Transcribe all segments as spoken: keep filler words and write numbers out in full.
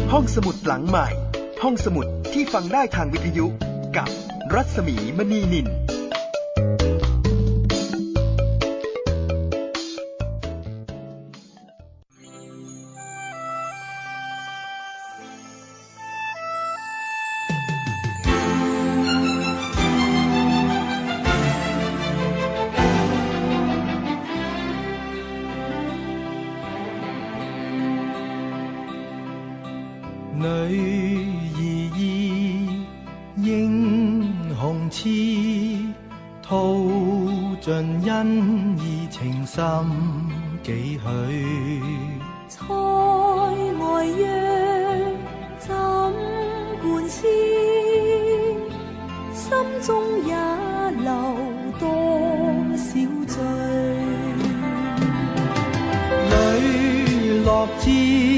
ห้องสมุดหลังใหม่ห้องสมุดที่ฟังได้ทางวิทยุกับรัศมีมณีนิน女兒意英雄痴，吐盡恩義情深幾許。 塞外約怎灌輸，心中也留多少醉。 磊落知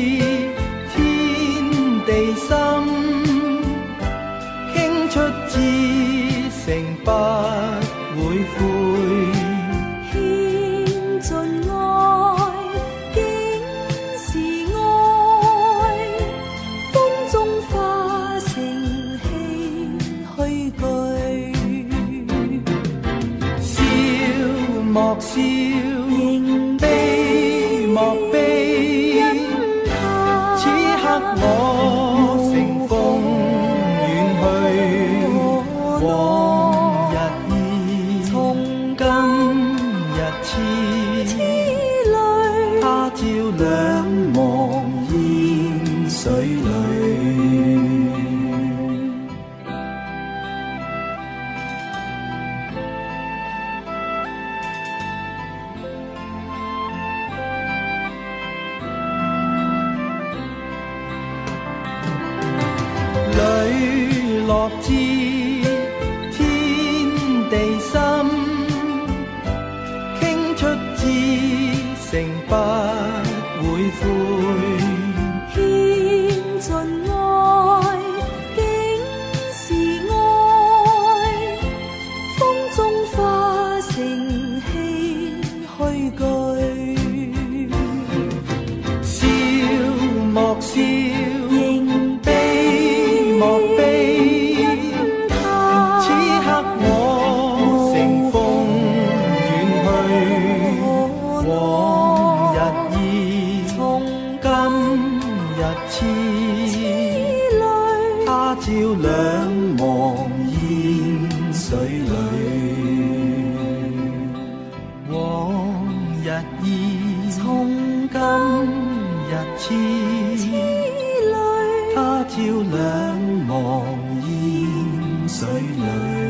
地心傾出至誠不會悔， 獻盡愛竟是愛，風中化成氣虛句。 笑莫笑， 仍悲莫悲，此刻我知天地心傾出至誠不會悔， 獻盡愛竟是愛，風中化成氣虛句。 笑莫笑，兩忘煙水裏，往日意從今日痴，他朝兩忘煙水裏。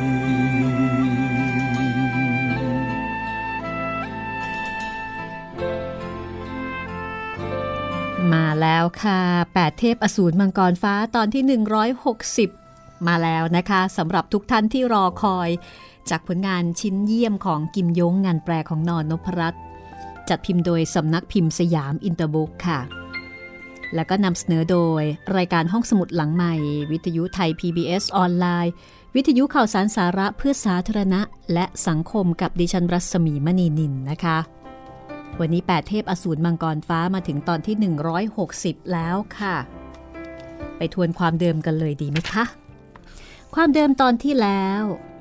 มาแล้วค่ะแปดเทพอสูรมังกรฟ้าตอนที่หนึ่งร้อยหกสิบมาแล้วนะคะสำหรับทุกท่านที่รอคอยจากผลงานชิ้นเยี่ยมของกิมยงงานแปลของนนพรัตน์จัดพิมพ์โดยสำนักพิมพ์สยามอินเตอร์บุ๊กค่ะแล้วก็นำเสนอโดยรายการห้องสมุดหลังใหม่วิทยุไทย พี บี เอส ออนไลน์วิทยุข่าวสารสาระเพื่อสาธารณะและสังคมกับดิฉันรัศมีมณีนินนะคะวันนี้แปดเทพอสูรมังกรฟ้ามาถึงตอนที่หนึ่งร้อยหกสิบแล้วค่ะไปทวนความเดิมกันเลยดีไหมคะความเดิมตอนที่แล้ว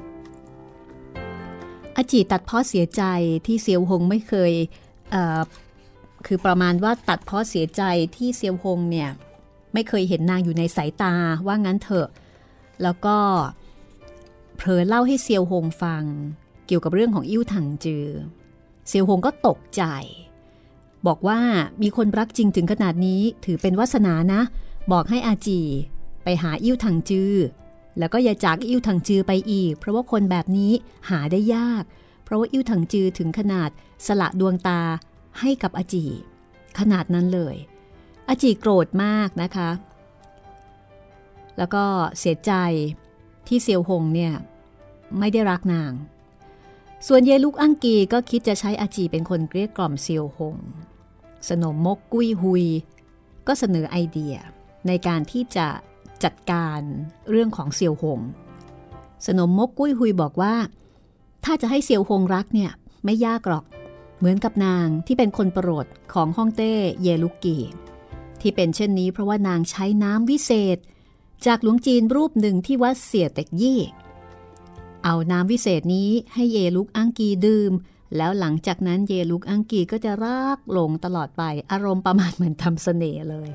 อาจีตัดพ้อเสียใจที่เซียวหงไม่เคยเอ่อคือประมาณว่าตัดพ้อเสียใจที่เซียวหงเนี่ยไม่เคยเห็นนางอยู่ในสายตาว่างั้นเถอะแล้วก็เผลอเล่าให้เซียวหงฟังเกี่ยวกับเรื่องของอิ่วถังจือเซียวหงก็ตกใจบอกว่ามีคนรักจริงถึงขนาดนี้ถือเป็นวาสนานะบอกให้อาจีไปหาอิ่วถังจือแล้วก็อย่าจากอิ่วถังจือไปอีกเพราะว่าคนแบบนี้หาได้ยากเพราะว่าอิ่วถังจือถึงขนาดสละดวงตาให้กับอาจีขนาดนั้นเลยอาจีโกรธมากนะคะแล้วก็เสียใจที่เซียวหงเนี่ยไม่ได้รักนางส่วนเยลุกอังกีก็คิดจะใช้อาจีเป็นคนเกลี้ยกล่อมเซียวหงสนมมกกุ้ยหุยก็เสนอไอเดียในการที่จะจัดการเรื่องของเซียวหงสนมมกกุ้ยหุยบอกว่าถ้าจะให้เซียวหงรักเนี่ยไม่ยากหรอกเหมือนกับนางที่เป็นคนโปรดของฮ่องเต้เยลุกกีที่เป็นเช่นนี้เพราะว่านางใช้น้ำวิเศษจากหลวงจีนรูปหนึ่งที่วัดเสี่ยเต็กยี่เอาน้ำวิเศษนี้ให้เยลุกอังกีดื่มแล้วหลังจากนั้นเยลุกอังกีก็จะรักหลงตลอดไปอารมณ์ประมาณเหมือนทำเสน่ห์เลย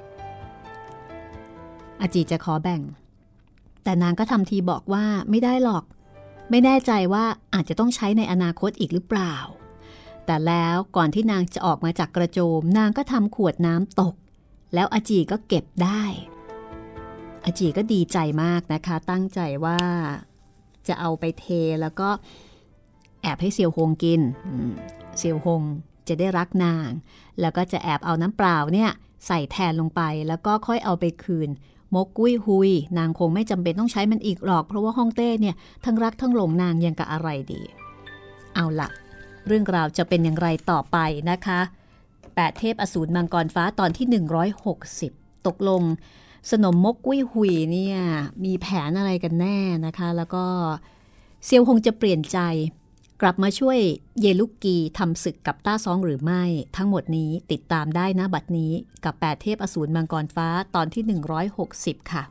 อาจีจะขอแบ่งแต่นางก็ทำทีบอกว่าไม่ได้หรอกไม่แน่ใจว่าอาจจะต้องใช้ในอนาคตอีกหรือเปล่าแต่แล้วก่อนที่นางจะออกมาจากกระโจมนางก็ทำขวดน้ำตกแล้วอาจีก็เก็บได้อาจีก็ดีใจมากนะคะตั้งใจว่าจะเอาไปเทแล้วก็แอบให้เซียวฮงกินเซียวฮงจะได้รักนางแล้วก็จะแอบเอาน้ำเปล่าเนี่ยใส่แทนลงไปแล้วก็ค่อยเอาไปคืนมกกุ้ยฮุยนางคงไม่จำเป็นต้องใช้มันอีกหรอกเพราะว่าฮ่องเต้เนี่ยทั้งรักทั้งหลงนางยังกับอะไรดีเอาล่ะเรื่องราวจะเป็นอย่างไรต่อไปนะคะแปดเทพอสูรมังกรฟ้าตอนที่หนึ่งร้อยหกสิบตกลงสนมมกกุ้ยฮุยเนี่ยมีแผนอะไรกันแน่นะคะแล้วก็เซียวฮงจะเปลี่ยนใจกลับมาช่วยเยลุกกีทำศึกกับต้าซองหรือไม่ทั้งหมดนี้ติดตามได้นะบัดนี้กับแปดเทพอสูรมังกรฟ้าตอนที่หนึ่งร้อยหกสิบค่ะ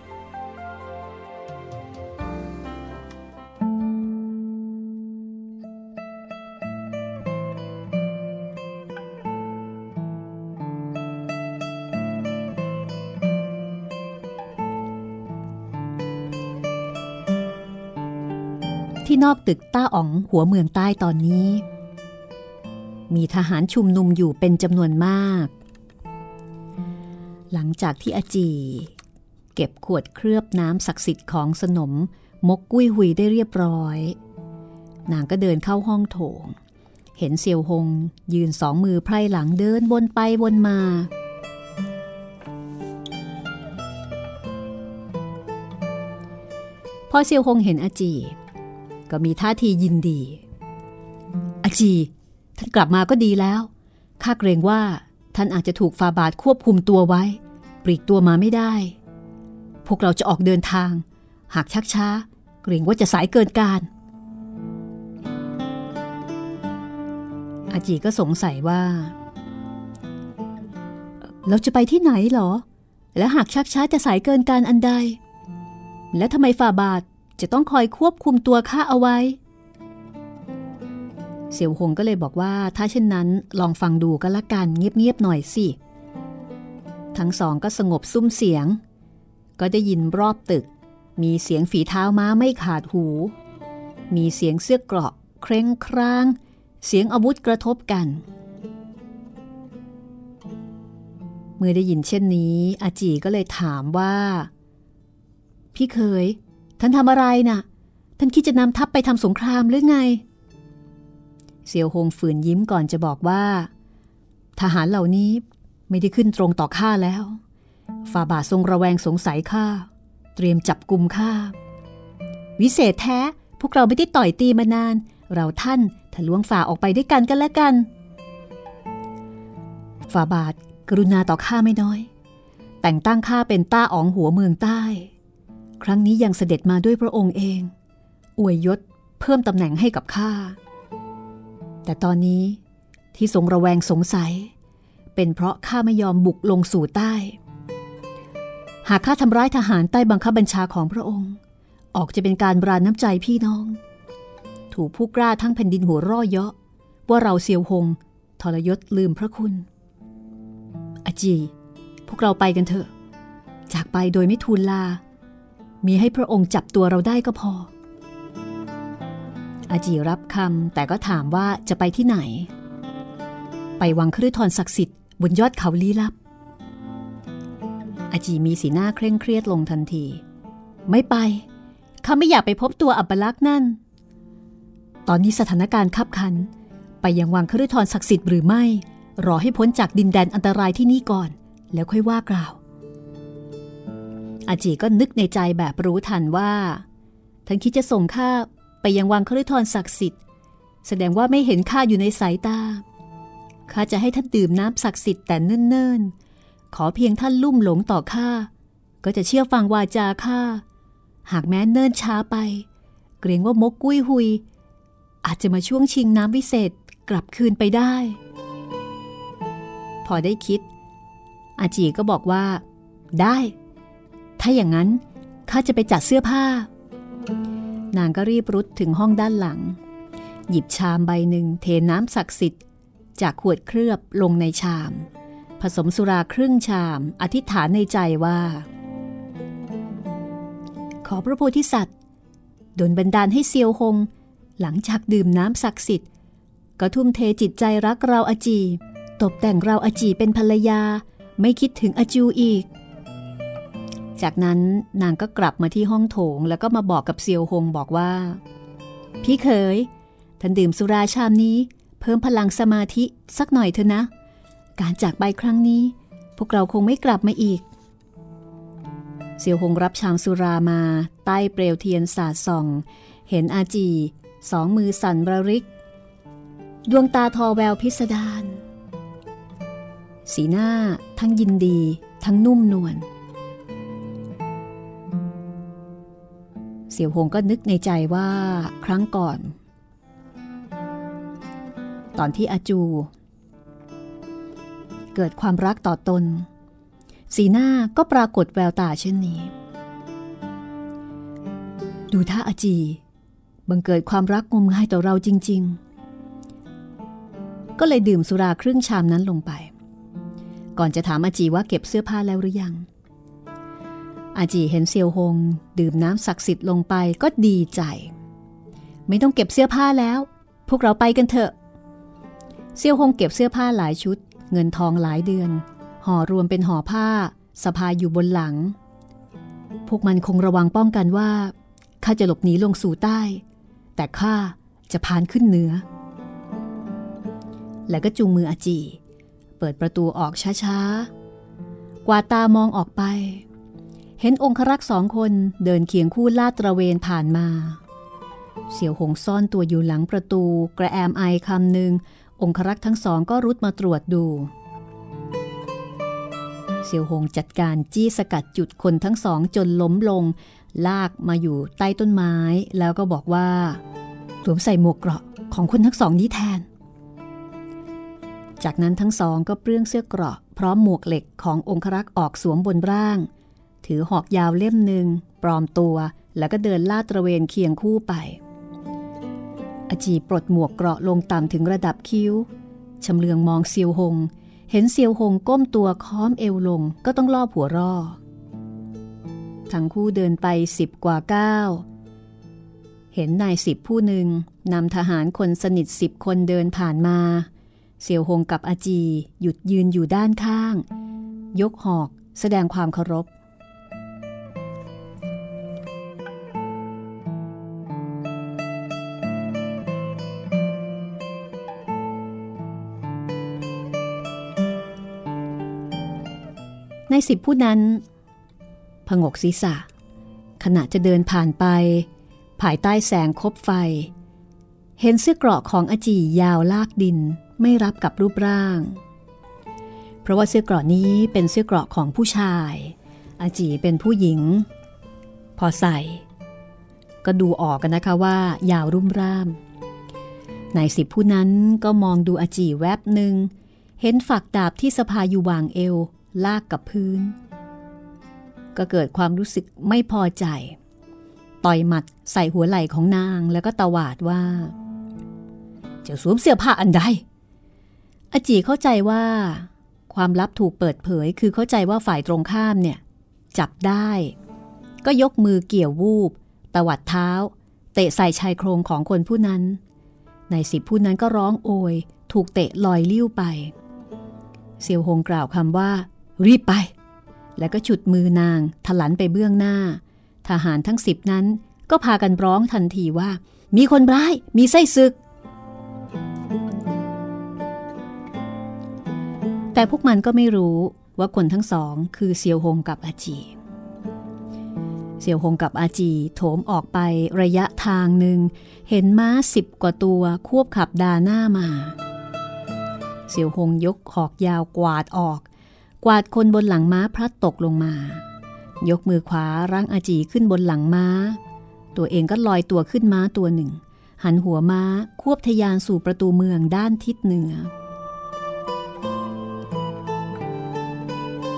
ที่นอกตึกต้าอ๋องหัวเมืองใต้ตอนนี้มีทหารชุมนุมอยู่เป็นจำนวนมากหลังจากที่อาจีเก็บขวดเคลือบน้ำศักดิ์สิทธิ์ของสนมมกกุ้ยหุยได้เรียบร้อยนางก็เดินเข้าห้องโถงเห็นเซียวฮงยืนสองมือไพร่หลังเดินวนไปวนมาพอเซียวฮงเห็นอาจีก็มีท่าทียินดีอาจีท่านกลับมาก็ดีแล้วข้าเกรงว่าท่านอาจจะถูกฟาบาทควบคุมตัวไว้ปลีกตัวมาไม่ได้พวกเราจะออกเดินทางหากชักช้าเกรงว่าจะสายเกินการอาจีก็สงสัยว่าเราจะไปที่ไหนหรอและหากชักช้าจะสายเกินการอันใดและทำไมฟาบาทจะต้องคอยควบคุมตัวข้าเอาไว้เสี่ยวฮงก็เลยบอกว่าถ้าเช่นนั้นลองฟังดูก็แล้วกันเงียบๆหน่อยสิทั้งสองก็สงบซุ้มเสียงก็ได้ยินรอบตึกมีเสียงฝีเท้าม้าไม่ขาดหูมีเสียงเสื้อเกราะเคร่งครางเสียงอาวุธกระทบกันเมื่อได้ยินเช่นนี้อาจีก็เลยถามว่าพี่เคยท่านทำอะไรน่ะท่านคิดจะนำทัพไปทำสงครามหรือไงเสี่ยวฮงฝืนยิ้มก่อนจะบอกว่าทหารเหล่านี้ไม่ได้ขึ้นตรงต่อข้าแล้วฝ่าบาททรงระแวงสงสัยข้าเตรียมจับกุมข้าวิเศษแท้พวกเราไม่ได้ต่อยตีมานานเราท่านทะลวงฝ่าออกไปด้วยกันกันแล้วกันฝ่าบาทกรุณาต่อข้าไม่น้อยแต่งตั้งข้าเป็นต้าอ๋องหัวเมืองใต้ครั้งนี้ยังเสด็จมาด้วยพระองค์เองอวยยศเพิ่มตำแหน่งให้กับข้าแต่ตอนนี้ที่ทรงระแวงสงสัยเป็นเพราะข้าไม่ยอมบุกลงสู่ใต้หากข้าทำร้ายทหารใต้บังคับบัญชาของพระองค์ออกจะเป็นการบรานน้ำใจพี่น้องถูกผู้กล้าทั้งแผ่นดินหัวร่อเยาะว่าเราเซียวฮงทรยศลืมพระคุณอาจีพวกเราไปกันเถอะจากไปโดยไม่ทูลลามีให้พระองค์จับตัวเราได้ก็พออาจีรับคำแต่ก็ถามว่าจะไปที่ไหนไปวังคฤธรศักดิ์สิทธิ์บนยอดเขาลี้ลับอาจีมีสีหน้าเคร่งเครียดลงทันทีไม่ไปข้าไม่อยากไปพบตัวอัปลักษณ์นั่นตอนนี้สถานการณ์คับขันไปยังวังคฤธรศักดิ์สิทธิ์หรือไม่รอให้พ้นจากดินแดนอันตรายที่นี่ก่อนแล้วค่อยว่ากล่าวอาจีก็นึกในใจแบบรู้ทันว่าท่านคิดจะส่งข้าไปยังวังคฤธรศักดิ์สิทธิ์แสดงว่าไม่เห็นข้าอยู่ในสายตาข้าจะให้ท่านดื่มน้ำศักดิ์สิทธิ์แต่เนิ่นๆขอเพียงท่านลุ่มหลงต่อข้าก็จะเชื่อฟังวาจาข้าหากแม้เนิ่นช้าไปเกรงว่ามกกุ้ยหุยอาจจะมาช่วงชิงน้ำวิเศษกลับคืนไปได้พอได้คิดอาจีก็บอกว่าได้ถ้าอย่างนั้นข้าจะไปจัดเสื้อผ้านางก็รีบรุดถึงห้องด้านหลังหยิบชามใบหนึ่งเทน้ำศักดิ์สิทธิ์จากขวดเคลือบลงในชามผสมสุราครึ่งชามอธิษฐานในใจว่าขอพระโพธิสัตว์ดลบันดาลให้เซียวหงหลังจากดื่มน้ำศักดิ์สิทธิ์ก็ทุ่มเทจิตใจรักเราอาจีตบแต่งเราอาจีเป็นภรรยาไม่คิดถึงอาจูอีกจากนั้นนางก็กลับมาที่ห้องโถงแล้วก็มาบอกกับเซียวหงบอกว่าพี่เขยท่านดื่มสุราชามนี้เพิ่มพลังสมาธิสักหน่อยเถอะนะการจากไปครั้งนี้พวกเราคงไม่กลับมาอีกเซียวหงรับชามสุรามาใต้เปลวเทียนสาดส่องเห็นอาจีสองมือสั่นระริกดวงตาทอแววพิสดารสีหน้าทั้งยินดีทั้งนุ่มนวลเสี่ยวหงก็นึกในใจว่าครั้งก่อนตอนที่อาจูเกิดความรักต่อตนสีหน้าก็ปรากฏแววตาเช่นนี้ดูท่าอาจีบังเกิดความรักงมงายต่อเราจริงๆก็เลยดื่มสุราครึ่งชามนั้นลงไปก่อนจะถามอาจีว่าเก็บเสื้อผ้าแล้วหรือยังอาจีเห็นเซียวหงดื่มน้ำศักดิ์สิทธิ์ลงไปก็ดีใจไม่ต้องเก็บเสื้อผ้าแล้วพวกเราไปกันเถอะเซียวหงเก็บเสื้อผ้าหลายชุดเงินทองหลายเดือนห่อรวมเป็นห่อผ้าสะพายอยู่บนหลังพวกมันคงระวังป้องกันว่าข้าจะหลบหนีลงสู่ใต้แต่ข้าจะพานขึ้นเหนือแล้วก็จูงมืออาจีเปิดประตูออกช้าๆกวาดตามองออกไปเห็นองครักษ์สองคนเดินเคียงคู่ลาดตระเวนผ่านมาเสี่ยวหงซ่อนตัวอยู่หลังประตูกระแอมไอคำหนึ่งองครักษ์ทั้งสองก็รุดมาตรวจดูเสี่ยวหงจัดการจี้สกัดจุดคนทั้งสองจนล้มลงลากมาอยู่ใต้ต้นไม้แล้วก็บอกว่าสวมใส่หมวกเกราะของคนทั้งสองนี้แทนจากนั้นทั้งสองก็เปลื้องเสื้อเกราะพร้อมหมวกเหล็กขององครักษ์ออกสวมบนร่างถือหอกยาวเล่มหนึ่งปลอมตัวแล้วก็เดินลาดตระเวนเคียงคู่ไปอาจีปลดหมวกเกราะลงต่ำถึงระดับคิ้วชำเลืองมองเซียวหงเห็นเซียวหงก้มตัวค้อมเอวลงก็ต้องล่อหัวร่อทั้งคู่เดินไปสิบกว่าก้าวเห็นนายสิบผู้หนึ่งนำทหารคนสนิทสิบคนเดินผ่านมาเซียวหงกับอาจีหยุดยืนอยู่ด้านข้างยกหอกแสดงความเคารพในสิบผู้นั้นผงกศีรษะขณะจะเดินผ่านไปภายใต้แสงคบไฟเห็นเสื้อเกราะของอาจียาวลากดินไม่รับกับรูปร่างเพราะว่าเสื้อเกราะนี้เป็นเสื้อเกราะของผู้ชายอาจีเป็นผู้หญิงพอใส่ก็ดูออกกันนะคะว่ายาวรุ่มร่ามในสิบผู้นั้นก็มองดูอาจีแวบหนึ่งเห็นฝักดาบที่สะพายอยู่วางเอวลากกับพื้นก็เกิดความรู้สึกไม่พอใจต่อยหมัดใส่หัวไหล่ของนางแล้วก็ตวาดว่าจะสวมเสื้อผ้าอันใดอาจีเข้าใจว่าความลับถูกเปิดเผยคือเข้าใจว่าฝ่ายตรงข้ามเนี่ยจับได้ก็ยกมือเกี่ยววูบตวัดเท้าเตะใส่ชายโครงของคนผู้นั้นในสิบผู้นั้นก็ร้องโอยถูกเตะลอยลิ้วไปเซียวหงกล่าวคำว่ารีบไปแล้วก็ฉุดมือนางถลันไปเบื้องหน้าทหารทั้งสิบนั้นก็พากันร้องทันทีว่ามีคนร้ายมีไส้ศึกแต่พวกมันก็ไม่รู้ว่าคนทั้งสองคือเซียวหงกับอาจีเซียวหงกับอาจีโถมออกไประยะทางหนึ่งเห็นม้าสิบกว่าตัวควบขับดาหน้ามาเซียวหงยกหอกยาวกวาดออกกวาดคนบนหลังม้าพลัดตกลงมายกมือขวารั้งอาจีขึ้นบนหลังม้าตัวเองก็ลอยตัวขึ้นม้าตัวหนึ่งหันหัวม้าควบทะยานสู่ประตูเมืองด้านทิศเหนือ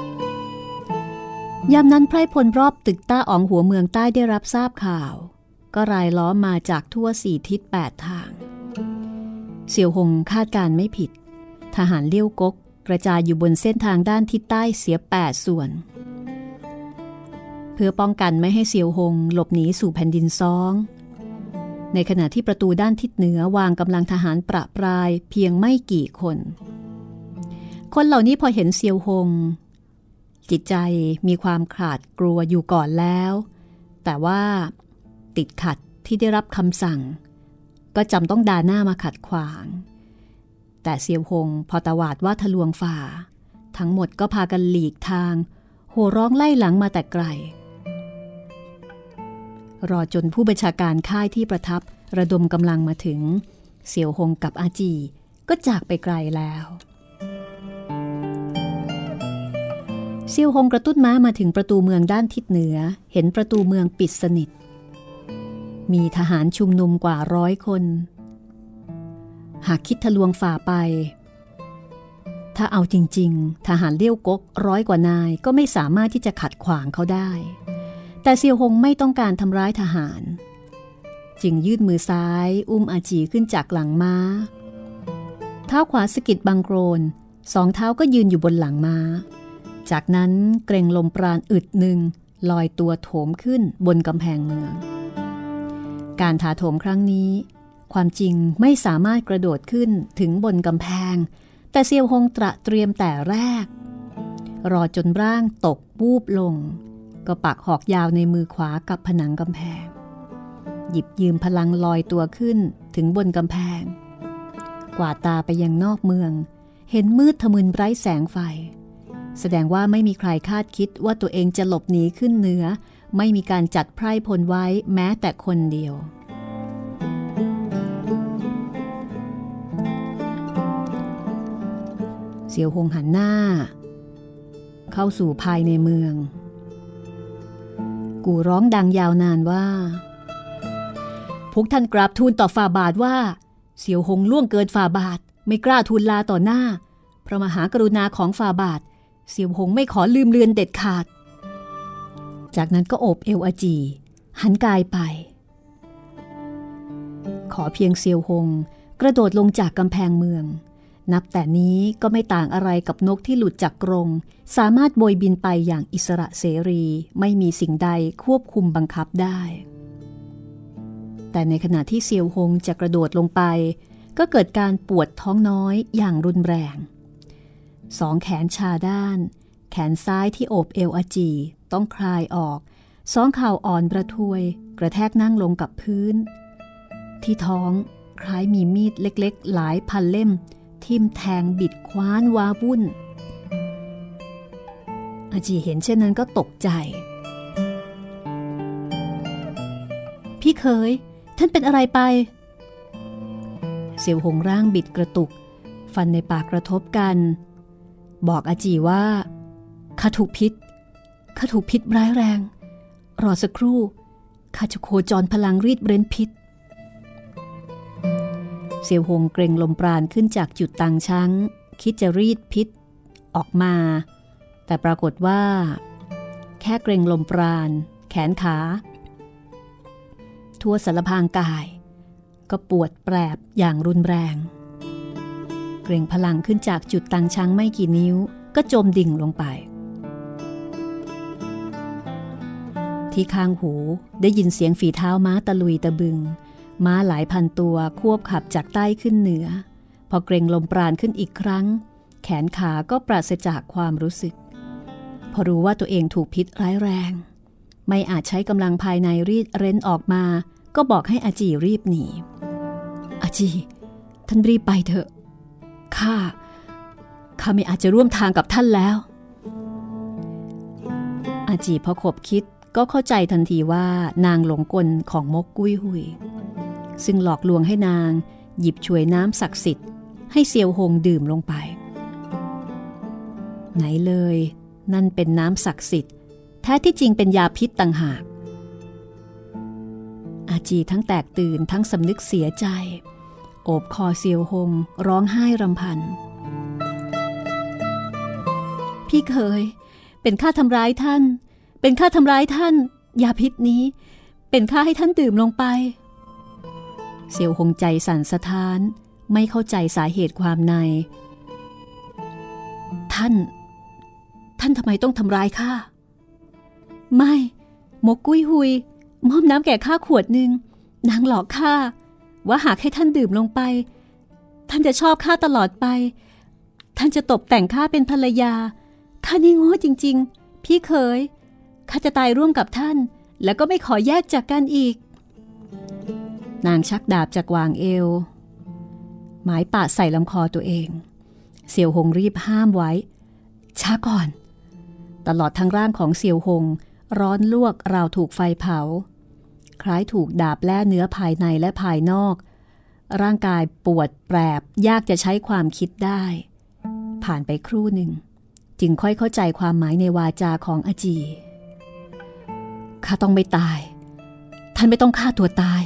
ยามนั้นไพร่พลรอบตึกต้าอ๋องหัวเมืองใต้ได้รับทราบข่าวก็รายล้อมมาจากทั่วสี่ทิศแปดทางเสี่ยวหงคาดการไม่ผิดทหารเลี้ยวก๊กกระจายอยู่บนเส้นทางด้านทิศใต้เสียแปดส่วนเพื่อป้องกันไม่ให้เสี่ยวหงหลบหนีสู่แผ่นดินซ้องในขณะที่ประตูด้านทิศเหนือวางกำลังทหารประปรายเพียงไม่กี่คนคนเหล่านี้พอเห็นเสี่ยวหงจิตใจมีความขาดกลัวอยู่ก่อนแล้วแต่ว่าติดขัดที่ได้รับคำสั่งก็จำต้องด่าหน้ามาขัดขวางแต่เสี่ยวหงพอตวาดว่าทะลวงฝ่าทั้งหมดก็พากันหลีกทางโห่ร้องไล่หลังมาแต่ไกลรอจนผู้บัญชาการค่ายที่ประทับระดมกำลังมาถึงเสี่ยวหงกับอาจีก็จากไปไกลแล้วเสี่ยวหงกระตุ้นม้ามาถึงประตูเมืองด้านทิศเหนือเห็นประตูเมืองปิดสนิทมีทหารชุมนุมกว่าร้อยคนหากคิดทะลวงฝ่าไปถ้าเอาจริงๆทหารเลี้ยวก๊กร้อยกว่านายก็ไม่สามารถที่จะขัดขวางเขาได้แต่เสี่ยวหงไม่ต้องการทำร้ายทหารจึงยื่นมือซ้ายอุ้มอาจีขึ้นจากหลังม้าเท้าขวาสะกิดบังโกรนสองเท้าก็ยืนอยู่บนหลังม้าจากนั้นเกรงลมปราณอึดหนึ่งลอยตัวโถมขึ้นบนกำแพงเมืองการถาโถมครั้งนี้ความจริงไม่สามารถกระโดดขึ้นถึงบนกำแพงแต่เสี่ยวหงตระเตรียมแต่แรกรอจนร่างตกวูบลงก็ปักหอกยาวในมือขวากับผนังกำแพงหยิบยืมพลังลอยตัวขึ้นถึงบนกำแพงกวาดตาไปยังนอกเมืองเห็นมืดทะมึนไร้แสงไฟแสดงว่าไม่มีใครคาดคิดว่าตัวเองจะหลบหนีขึ้นเหนือไม่มีการจัดไพร่พลไว้แม้แต่คนเดียวเสี่ยวหงหันหน้าเข้าสู่ภายในเมืองกูร้องดังยาวนานว่าพวกท่านกราบทูลต่อฝ่าบาทว่าเสี่ยวหงล่วงเกินฝ่าบาทไม่กล้าทูลลาต่อหน้าพระมหากรุณาของฝ่าบาทเสี่ยวหงไม่ขอลืมเลือนเด็ดขาดจากนั้นก็โอบเอวอาจีหันกายไปขอเพียงเสี่ยวหงกระโดดลงจากกำแพงเมืองนับแต่นี้ก็ไม่ต่างอะไรกับนกที่หลุดจากกรงสามารถโบยบินไปอย่างอิสระเสรีไม่มีสิ่งใดควบคุมบังคับได้แต่ในขณะที่เสี่ยวหงจะกระโดดลงไปก็เกิดการปวดท้องน้อยอย่างรุนแรงสองแขนชาด้านแขนซ้ายที่โอบเอวอาจีต้องคลายออกสองเข่าอ่อนประทวยกระแทกนั่งลงกับพื้นที่ท้องคล้ายมีมีดเล็กๆหลายพันเล่มทิ่มแทงบิดคว้านว้าวุ่นอาจีเห็นเช่นนั้นก็ตกใจพี่เคยท่านเป็นอะไรไปเสี่ยวหงร่างบิดกระตุกฟันในปากกระทบกันบอกอาจีว่าข้าถูกพิษข้าถูกพิษร้ายแรงรอสักครู่ข้าจะโคจรพลังรีดเร้นพิษเสี่ยวหงเกรงลมปราณขึ้นจากจุดตังช้างคิดจะรีดพิษออกมาแต่ปรากฏว่าแค่เกรงลมปราณแขนขาทั่วสารพางกายก็ปวดแปรบอย่างรุนแรงเกรงพลังขึ้นจากจุดตังช้างไม่กี่นิ้วก็จมดิ่งลงไปที่ข้างหูได้ยินเสียงฝีเท้าม้าตะลุยตะบึงม้าหลายพันตัวควบขับจากใต้ขึ้นเหนือพอเกรงลมปราณขึ้นอีกครั้งแขนขาก็ปราศจากความรู้สึกพอรู้ว่าตัวเองถูกพิษร้ายแรงไม่อาจใช้กำลังภายในรีดเร้นออกมาก็บอกให้อาจีรีบหนีอาจีท่านรีบไปเถอะข้าข้าไม่อาจจะร่วมทางกับท่านแล้วอาจีพอขบคิดก็เข้าใจทันทีว่านางหลงกลของมกกุ้ยหุยซึ่งหลอกลวงให้นางหยิบฉวยน้ำศักดิ์สิทธิ์ให้เซียวหงดื่มลงไปไหนเลยนั่นเป็นน้ำศักดิ์สิทธิ์แท้ที่จริงเป็นยาพิษต่างหากอาจีทั้งแตกตื่นทั้งสำนึกเสียใจโอบคอเซียวหงร้องไห้รำพันพี่เคยเป็นข้าทำร้ายท่านเป็นข้าทำร้ายท่านยาพิษนี้เป็นข้าให้ท่านดื่มลงไปเสี่ยวหงใจสั่นสะท้านไม่เข้าใจสาเหตุความในท่านท่านทำไมต้องทำร้ายข้าไม่หมกกุ้ยหุยมอบน้ำแก่ข้าขวดหนึ่งนางหลอกข้าว่าหากให้ท่านดื่มลงไปท่านจะชอบข้าตลอดไปท่านจะตบแต่งข้าเป็นภรรยาข้านี่โง่จริงๆพี่เขยข้าจะตายร่วมกับท่านแล้วก็ไม่ขอแยกจากกันอีกนางชักดาบจากวางเอวหมายปาดใส่ลำคอตัวเองเสี่ยวหงรีบห้ามไว้ช้าก่อนตลอดทั้งร่างของเสี่ยวหงร้อนลวกราวถูกไฟเผาคล้ายถูกดาบแล่เนื้อภายในและภายนอกร่างกายปวดแปรบยากจะใช้ความคิดได้ผ่านไปครู่หนึ่งจึงค่อยเข้าใจความหมายในวาจาของอาจีข้าต้องไม่ตายท่านไม่ต้องฆ่าตัวตาย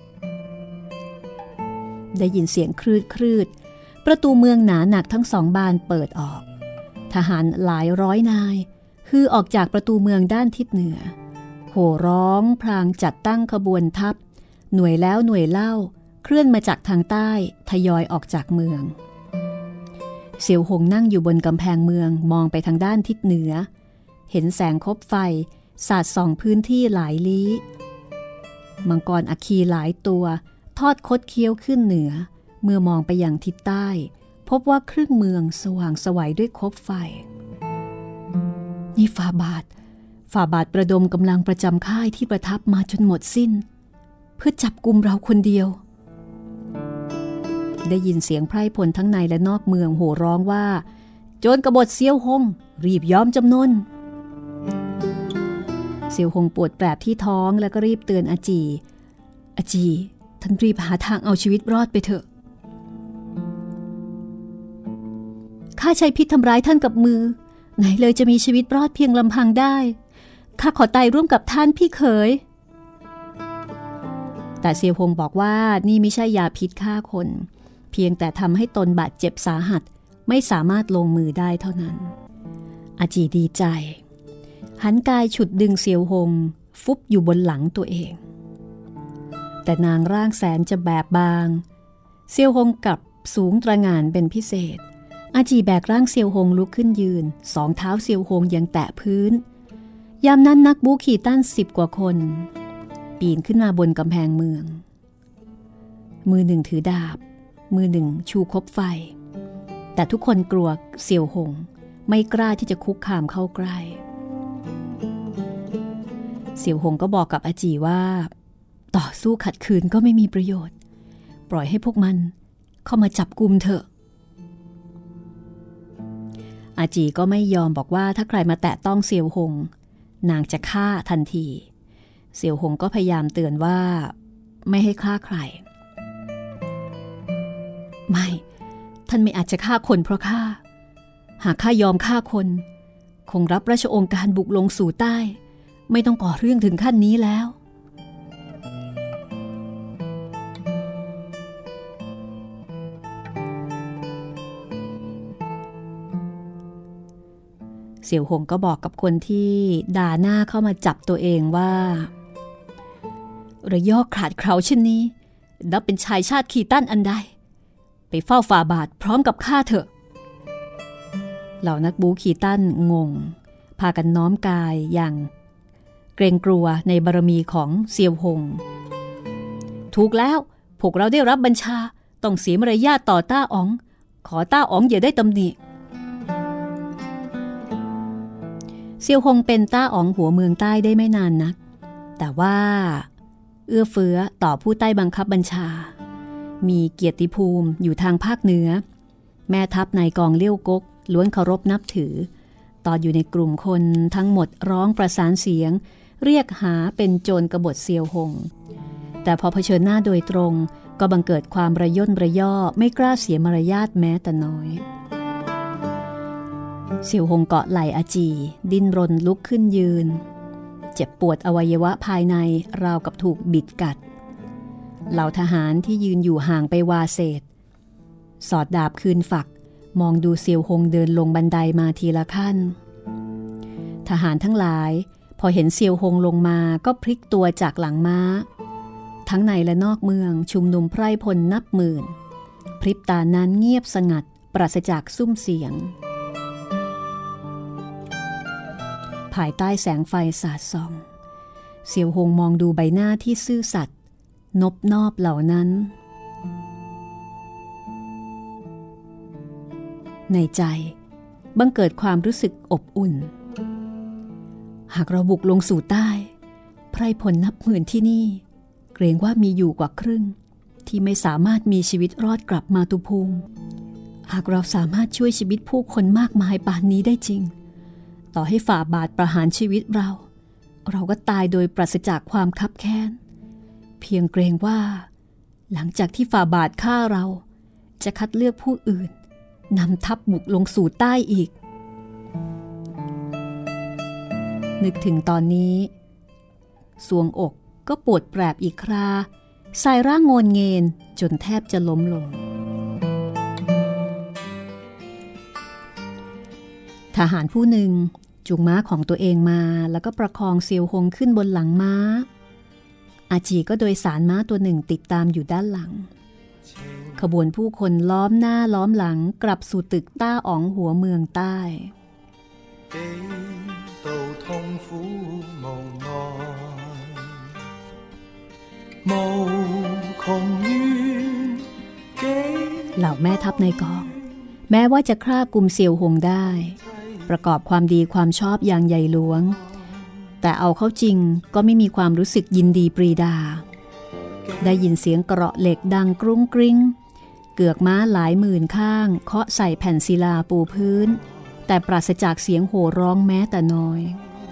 ได้ยินเสียงครืดครืดประตูเมืองหนาหนักทั้งสองบานเปิดออกทหารหลายร้อยนายฮือออกจากประตูเมืองด้านทิศเหนือโห่ร้องพลางจัดตั้งขบวนทัพหน่วยแล้วหน่วยเล่าเคลื่อนมาจากทางใต้ทยอยออกจากเมืองเสี่ยวหงนั่งอยู่บนกำแพงเมืองมองไปทางด้านทิศเหนือเห็นแสงคบไฟสาดส่องพื้นที่หลายลี้มังกรอัคคีหลายตัวทอดคดเคี้ยวขึ้นเหนือเมื่อมองไปยังทิศใต้พบว่าครึ่งเมืองสว่างไสวด้วยคบไฟนี่ฝ่าบาทฝ่าบาทประดมกำลังประจำค่ายที่ประทับมาจนหมดสิ้นเพื่อจับกุมเราคนเดียวได้ยินเสียงไพร่พลทั้งในและนอกเมืองโห่ร้องว่าโจรกบฏเซียวหงรีบยอมจำนนเซียวหงปวดแปรบที่ท้องแล้วก็รีบเตือนอาจีอาจีท่านรีบหาทางเอาชีวิตรอดไปเถอะข้าใช้พิษทำร้ายท่านกับมือไหนเลยจะมีชีวิตรอดเพียงลำพังได้ข้าขอตายร่วมกับท่านพี่เขยแต่เซียวหงบอกว่านี่ไม่ใช่ยาพิษฆ่าคนเพียงแต่ทำให้ตนบาดเจ็บสาหัสไม่สามารถลงมือได้เท่านั้นอาจีดีใจหันกายฉุดดึงเซียวหงฟุบอยู่บนหลังตัวเองแต่นางร่างแสนจะแบบบางเซียวหงกลับสูงตระหง่านเป็นพิเศษอาจีแบกร่างเซียวหงลุกขึ้นยืนสองเท้าเซียวหงยังแตะพื้นยามนั้นนักบูขี่ตั้นสิบกว่าคนปีนขึ้นมาบนกำแพงเมืองมือหนึ่งถือดาบมือหนึ่งชูคบไฟแต่ทุกคนกลัวเซียวหงไม่กล้าที่จะคุกคามเข้าใกล้เซียวหงก็บอกกับอาจีว่าต่อสู้ขัดขืนก็ไม่มีประโยชน์ปล่อยให้พวกมันเข้ามาจับกุมเถอะอาจีก็ไม่ยอมบอกว่าถ้าใครมาแตะต้องเซียวหงนางจะฆ่าทันทีเซียวหงก็พยายามเตือนว่าไม่ให้ฆ่าใครไม่ท่านไม่อาจจะฆ่าคนเพราะฆ่าหากข้ายอมฆ่าคนคงรับราชองค์การบุกลงสู่ใต้ไม่ต้องก่อเรื่องถึงขั้นนี้แล้วเสี่ยวหงก็บอกกับคนที่ด่าหน้าเข้ามาจับตัวเองว่าระยอกขาดเคราเช่นนี้นับเป็นชายชาติขีตั้นอันใดไปเฝ้าฝ่าบาทพร้อมกับข้าเถอะเหล่านักบู๊ขีตั้นงงพากันน้อมกายอย่างเกรงกลัวในบารมีของเซียวหงถูกแล้วพวกเราได้รับบัญชาต้องเสียมารยาทต่อต้าอ๋องขอต้าอ๋องอย่าได้ตำหนิเซียวหงเป็นต้าอ๋องหัวเมืองใต้ได้ไม่นานนักแต่ว่าเอื้อเฟื้อต่อผู้ใต้บังคับบัญชามีเกียรติภูมิอยู่ทางภาคเหนือแม่ทัพในกองเลี้ยวกกล้วนเคารพนับถือตอนอยู่ในกลุ่มคนทั้งหมดร้องประสานเสียงเรียกหาเป็นโจรกบฏเซียวหงแต่พอเผชิญหน้าโดยตรงก็บังเกิดความระย่นระย่อไม่กล้าเสียมารยาทแม้แต่น้อยเซียวหงเกาะไหล่อาจีดิ้นรนลุกขึ้นยืนเจ็บปวดอวัยวะภายในราวกับถูกบิดกัดเหล่าทหารที่ยืนอยู่ห่างไปวาเศษสอดดาบคืนฝักมองดูเซียวหงเดินลงบันไดมาทีละขั้นทหารทั้งหลายพอเห็นเซียวหงลงมาก็พลิกตัวจากหลังม้าทั้งในและนอกเมืองชุมนุมไพร่พลนับหมื่นพริบตานั้นเงียบสงัดปราศจากซุ้มเสียงภายใต้แสงไฟสาดส่องเซียวหงมองดูใบหน้าที่ซื่อสัตย์นบนอบเหล่านั้นในใจบังเกิดความรู้สึกอบอุ่นหากเราบุกลงสู่ใต้ไพร่พลนับหมื่นที่นี่เกรงว่ามีอยู่กว่าครึ่งที่ไม่สามารถมีชีวิตรอดกลับมาตุภูมิหากเราสามารถช่วยชีวิตผู้คนมากมายป่านนี้ได้จริงต่อให้ฝ่าบาทประหารชีวิตเราเราก็ตายโดยปราศจากความคับแค้นเพียงเกรงว่าหลังจากที่ฝ่าบาทฆ่าเราจะคัดเลือกผู้อื่นนำทัพบุกลงสู่ใต้อีกนึกถึงตอนนี้สวงอกก็ปวดแปรบอีกคราสายร่างโงนเงินจนแทบจะล้มลงทหารผู้หนึ่งจูงม้าของตัวเองมาแล้วก็ประคองเซียวหงขึ้นบนหลังม้าอาจีก็โดยสารม้าตัวหนึ่งติดตามอยู่ด้านหลังขบวนผู้คนล้อมหน้าล้อมหลังกลับสู่ตึกต้าอ๋องหัวเมืองใต้เหล่าแม่ทัพในกองแม้ว่าจะฆ่ากลุ่มเซียวหงได้ประกอบความดีความชอบอย่างใหญ่หลวงแต่เอาเข้าจริงก็ไม่มีความรู้สึกยินดีปรีดาได้ยินเสียงเกราะเหล็กดังกรุ้งกริ้งเกือกม้าหลายหมื่นข้างเคาะใส่แผ่นศิลาปูพื้นแต่ปราศจากเสียงโห่ร้องแม้แต่น้อย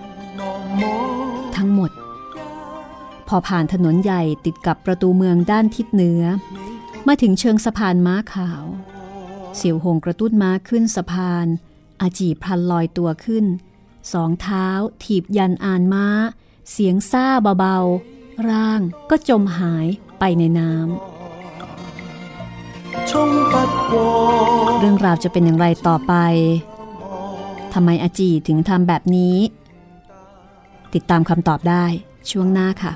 ทั้งหมดพอผ่านถนนใหญ่ติดกับประตูเมืองด้านทิศเหนือมาถึงเชิงสะพานม้าขาวเสี่ยวหงกระตุ้นม้าขึ้นสะพานอาจีพลันลอยตัวขึ้นสองเท้าถีบยันอานม้าเสียงซ่าเบาๆร่างก็จมหายไปในน้ำเรื่องราวจะเป็นอย่างไรต่อไปทำไมอาจีถึงทำแบบนี้ติดตามคำตอบได้ช่วงหน้าค่ะ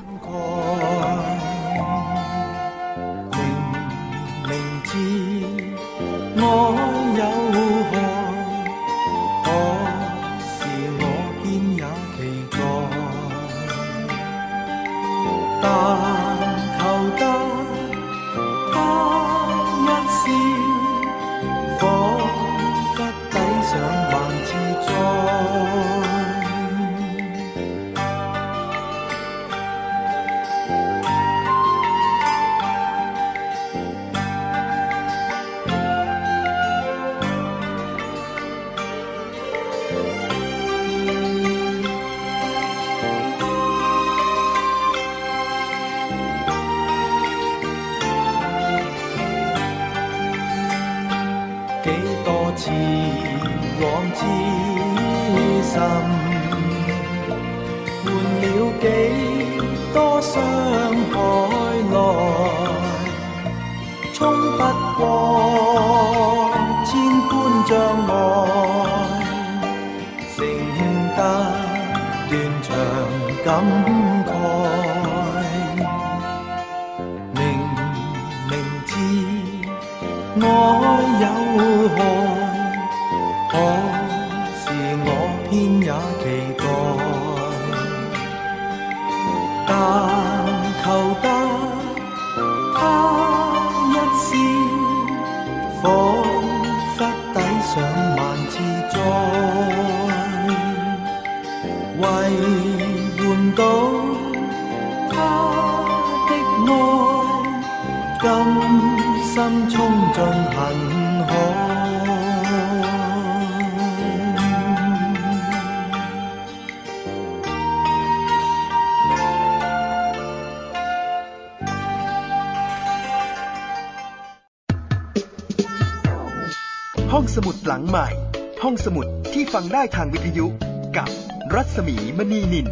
ห้องสมุดหลังใหม่ห้องสมุดที่ฟังได้ทางวิทยุกับรัศมีมณีนิน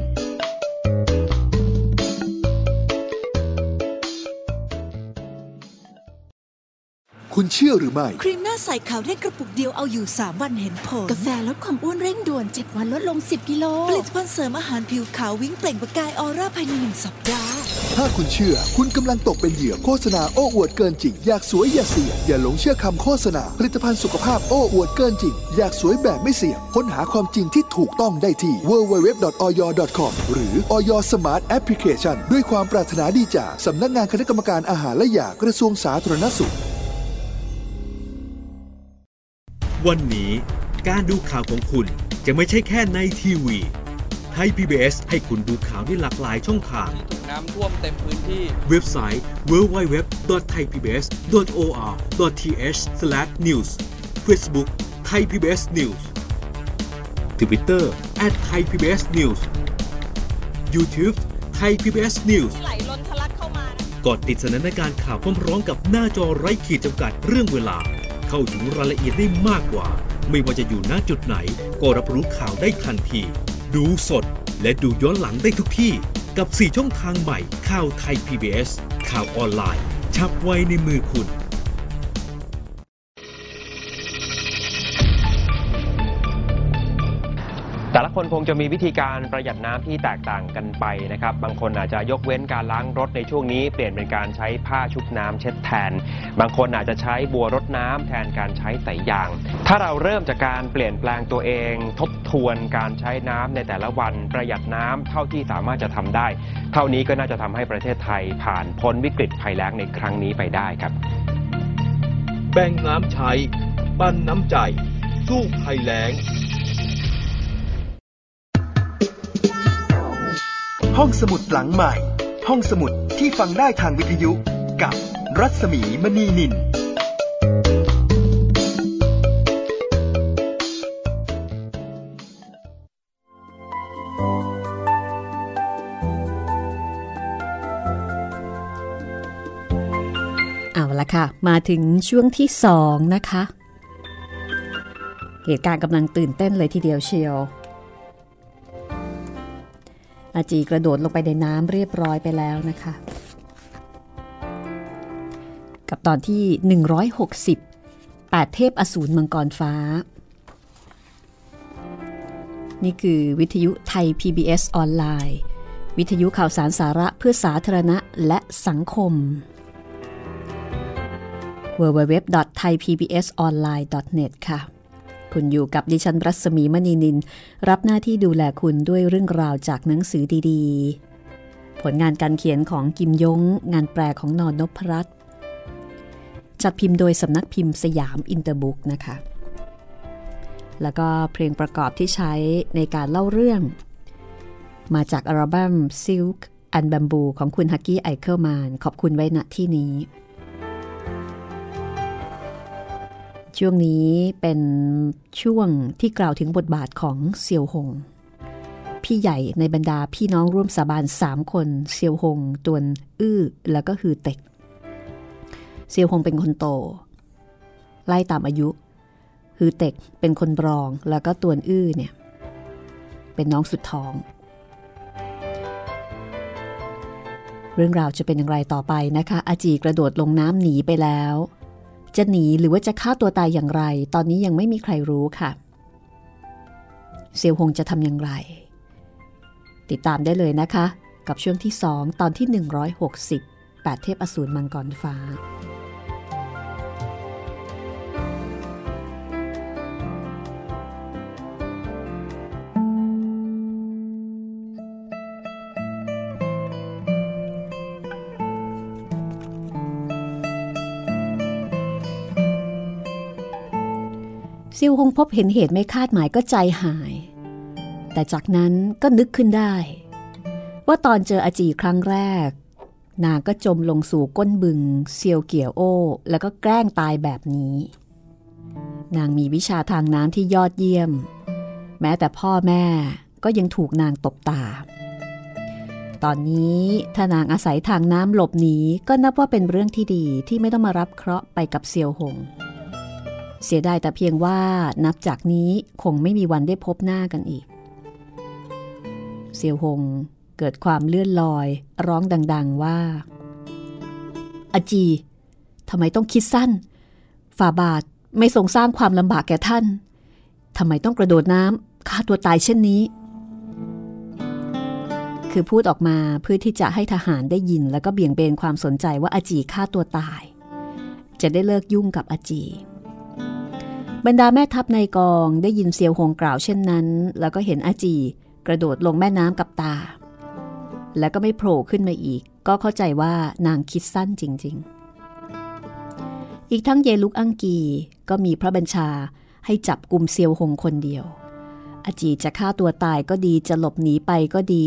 คุคุณเชื่อหรือไม่ครีมหน้าใสขาวเร่งกระปุกเดียวเอาอยู่สามวันเห็นผลกาแฟลดความอ้วนเร่งด่วนเจ็ดวันลดลงสิบกิโลผลิตภัณฑ์เสริมอาหารผิวขาววิ่งเปล่งประกายออร่าภายในหนึ่งสัปดาห์ถ้าคุณเชื่อคุณกำลังตกเป็นเหยื่อโฆษณาโอ้อวดเกินจริงอยากสวยอย่าเสี่ยงอย่าหลงเชื่อคำโฆษณาผลิตภัณฑ์สุขภาพโอ้อวดเกินจริงอยากสวยแบบไม่เสี่ยงค้นหาความจริงที่ถูกต้องได้ที่ ดับเบิลยู ดับเบิลยู ดับเบิลยู ดอท ออย ดอท คอม หรือ อย Smart Application ด้วยความปรารถนาดีจากสำนักงานคณะกรรมการอาหารและยากระทรวงสาธารณสุขวันนี้การดูข่าวของคุณจะไม่ใช่แค่ในทีวีไทย พี บี เอส ให้คุณดูข่าวได้หลากหลายช่องทางถูกน้ำท่วมเต็มพื้นที่เว็บไซต์ ดับเบิลยู ดับเบิลยู ดับเบิลยู ดอท ไทยพีบีเอส ดอท โอ อาร์ ดอท ที เอช สแลช นิวส์ Facebook Thai พี บี เอส News Twitterแอท ไทยพีบีเอสนิวส์ YouTube Thai พี บี เอส News ไหลล้นทะลักเข้ามากดติดสนันในการข่าวพร้อมๆกับหน้าจอไร้ขีดจำกัดเรื่องเวลาเข้าถึงรายละเอียดได้มากกว่าไม่ว่าจะอยู่ณจุดไหนก็รับรู้ข่าวได้ทันทีดูสดและดูย้อนหลังได้ทุกที่กับสี่ช่องทางใหม่ข่าวไทย พี บี เอส ข่าวออนไลน์ฉับไวในมือคุณแต่ละคนคงจะมีวิธีการประหยัดน้ำที่แตกต่างกันไปนะครับบางคนอาจจะยกเว้นการล้างรถในช่วงนี้เปลี่ยนเป็นการใช้ผ้าชุบน้ำเช็ดแทนบางคนอาจจะใช้บัวรดน้ำแทนการใช้สายยางถ้าเราเริ่มจากการเปลี่ยนแปลงตัวเองทบทวนการใช้น้ำในแต่ละวันประหยัดน้ำเท่าที่สามารถจะทำได้เท่านี้ก็น่าจะทำให้ประเทศไทยผ่านพ้นวิกฤตภัยแล้งในครั้งนี้ไปได้ครับแบ่งน้ำใช้ปั้นน้ำใจสู้ภัยแล้งห้องสมุดหลังใหม่ห้องสมุดที่ฟังได้ทางวิทยุกับรัศมีมณีนินเอาละค่ะมาถึงช่วงที่สองนะคะเหตุการณ์กำลังตื่นเต้นเลยทีเดียวเชียวอาจีกระโดดลงไปในน้ำเรียบร้อยไปแล้วนะคะกับตอนที่หนึ่งร้อยหกสิบ แปดเทพอสูรมังกรฟ้านี่คือวิทยุไทย พี บี เอส ออนไลน์วิทยุข่าวสารสาระเพื่อสาธารณะและสังคม ดับเบิลยู ดับเบิลยู ดับเบิลยู ดอท ไทยพีบีเอสออนไลน์ ดอท เน็ต ค่ะคุณอยู่กับดิฉันรัศมีมณีนินรับหน้าที่ดูแลคุณด้วยเรื่องราวจากหนังสือดีๆผลงานการเขียนของกิมยงงานแปลของนนพรัตน์จัดพิมพ์โดยสำนักพิมพ์สยามอินเตอร์บุ๊กนะคะแล้วก็เพลงประกอบที่ใช้ในการเล่าเรื่องมาจากอัลบั้ม Silk and Bamboo ของคุณฮักกี้ไอเคิลแมนขอบคุณไว้ณที่นี้ช่วงนี้เป็นช่วงที่กล่าวถึงบทบาทของเซียวหงพี่ใหญ่ในบรรดาพี่น้องร่วมสาบานสามคนเซียวหงตวนอื้อแล้วก็ฮือเต็กเซียวหงเป็นคนโตไล่ตามอายุฮือเต็กเป็นคนรองแล้วก็ตวนอื้อเนี่ยเป็นน้องสุดท้องเรื่องราวจะเป็นอย่างไรต่อไปนะคะอาจีกระโดดลงน้ำหนีไปแล้วจะหนีหรือว่าจะฆ่าตัวตายอย่างไรตอนนี้ยังไม่มีใครรู้ค่ะเซียวหงจะทำอย่างไรติดตามได้เลยนะคะกับช่วงที่สองตอนที่หนึ่งร้อยหกสิบ แปดเทพอสูรมังกรฟ้าเซียวหงพบเห็นเหตุไม่คาดหมายก็ใจหายแต่จากนั้นก็นึกขึ้นได้ว่าตอนเจออาจีครั้งแรกนางก็จมลงสู่ก้นบึงเซียวเกี่ยวโอ้แล้วก็แกล้งตายแบบนี้นางมีวิชาทางน้ำที่ยอดเยี่ยมแม้แต่พ่อแม่ก็ยังถูกนางตบตาตอนนี้ถ้านางอาศัยทางน้ำหลบหนีก็นับว่าเป็นเรื่องที่ดีที่ไม่ต้องมารับเคราะห์ไปกับเซียวหงเสียดายแต่เพียงว่านับจากนี้คงไม่มีวันได้พบหน้ากันอีกเซียวหงเกิดความเลื่อนลอยร้องดังๆว่าอาจีทำไมต้องคิดสั้นฝ่าบาทไม่ทรงสร้างความลำบากแก่ท่านทำไมต้องกระโดดน้ำฆ่าตัวตายเช่นนี้คือพูดออกมาเพื่อที่จะให้ทหารได้ยินแล้วก็เบี่ยงเบนความสนใจว่าอาจีฆ่าตัวตายจะได้เลิกยุ่งกับอาจีบรรดาแม่ทัพในกองได้ยินเซียวหงกล่าวเช่นนั้นแล้วก็เห็นอาจีกระโดดลงแม่น้ำกับตาแล้วก็ไม่โผล่ขึ้นมาอีกก็เข้าใจว่านางคิดสั้นจริงๆอีกทั้งเยลุกอังกีก็มีพระบัญชาให้จับกุมเซียวหงคนเดียวอาจีจะฆ่าตัวตายก็ดีจะหลบหนีไปก็ดี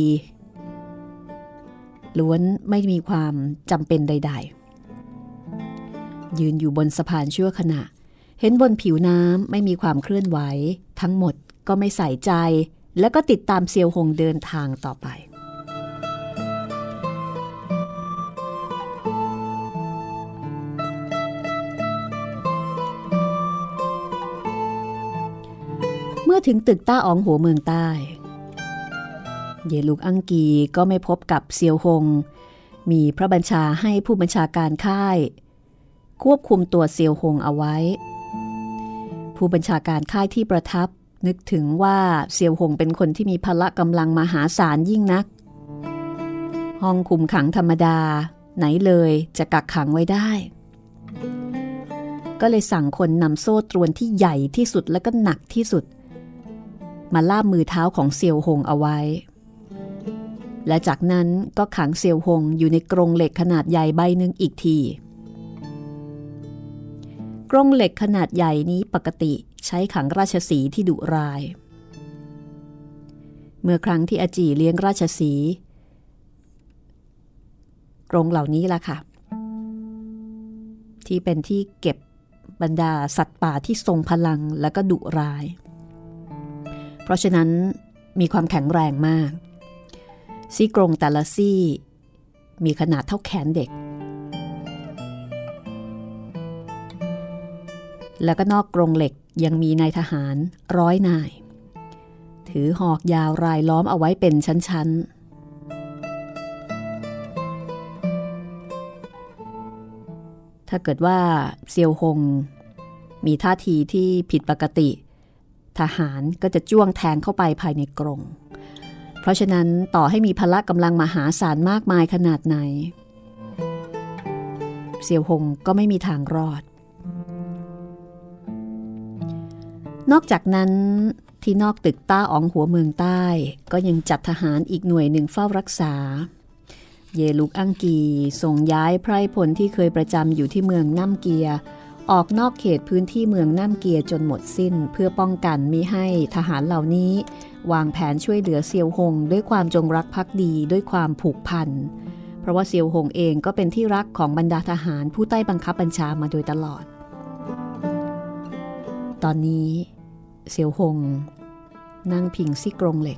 ล้วนไม่มีความจำเป็นใดๆยืนอยู่บนสะพานชั่วขณะเห็นบนผิวน้ำไม่มีความเคลื่อนไหวทั้งหมดก็ไม่ใส่ใจแล้วก็ติดตามเซียวหงเดินทางต่อไปเมื่อถึงตึกต้าอ๋องหัวเมืองใต้เยลุกอังกีก็ไม่พบกับเซียวหงมีพระบัญชาให้ผู้บัญชาการค่ายควบคุมตัวเซียวหงเอาไว้ผู้บัญชาการค่ายที่ประทับนึกถึงว่าเซียวหงเป็นคนที่มีพละกำลังมหาศาลยิ่งนักห้องคุมขังธรรมดาไหนเลยจะกักขังไว้ได้ก็เลยสั่งคนนำโซ่ตรวนที่ใหญ่ที่สุดและก็หนักที่สุดมาล่ามมือเท้าของเซียวหงเอาไว้และจากนั้นก็ขังเซียวหงอยู่ในกรงเหล็กขนาดใหญ่ใบหนึ่งอีกทีกรงเหล็กขนาดใหญ่นี้ปกติใช้ขังราชสีห์ที่ดุร้ายเมื่อครั้งที่อาจีเลี้ยงราชสีห์กรงเหล่านี้ล่ะค่ะที่เป็นที่เก็บบรรดาสัตว์ป่าที่ทรงพลังและก็ดุร้ายเพราะฉะนั้นมีความแข็งแรงมากซี่กรงแต่ละซี่มีขนาดเท่าแขนเด็กแล้วก็นอกกรงเหล็กยังมีนายทหารร้อยนายถือหอกยาวรายล้อมเอาไว้เป็นชั้นๆถ้าเกิดว่าเซียวหงมีท่าทีที่ผิดปกติทหารก็จะจ้วงแทงเข้าไปภายในกรงเพราะฉะนั้นต่อให้มีพละกำลังมหาศาลมากมายขนาดไหนเซียวหงก็ไม่มีทางรอดนอกจากนั้นที่นอกตึกต้าอ๋องหัวเมืองใต้ก็ยังจัดทหารอีกหน่วยหนึ่งเฝ้ารักษาเยลุกอังกีส่งย้ายไพร่พลที่เคยประจำอยู่ที่เมืองน้ำเกียออกนอกเขตพื้นที่เมืองน้ำเกียจนหมดสิ้นเพื่อป้องกันมิให้ทหารเหล่านี้วางแผนช่วยเหลือเซียวหงด้วยความจงรักภักดีด้วยความผูกพันเพราะว่าเซียวหงเองก็เป็นที่รักของบรรดาทหารผู้ใต้บังคับบัญชามาโดยตลอดตอนนี้เซียวหงนั่งพิงซี่กรงเหล็ก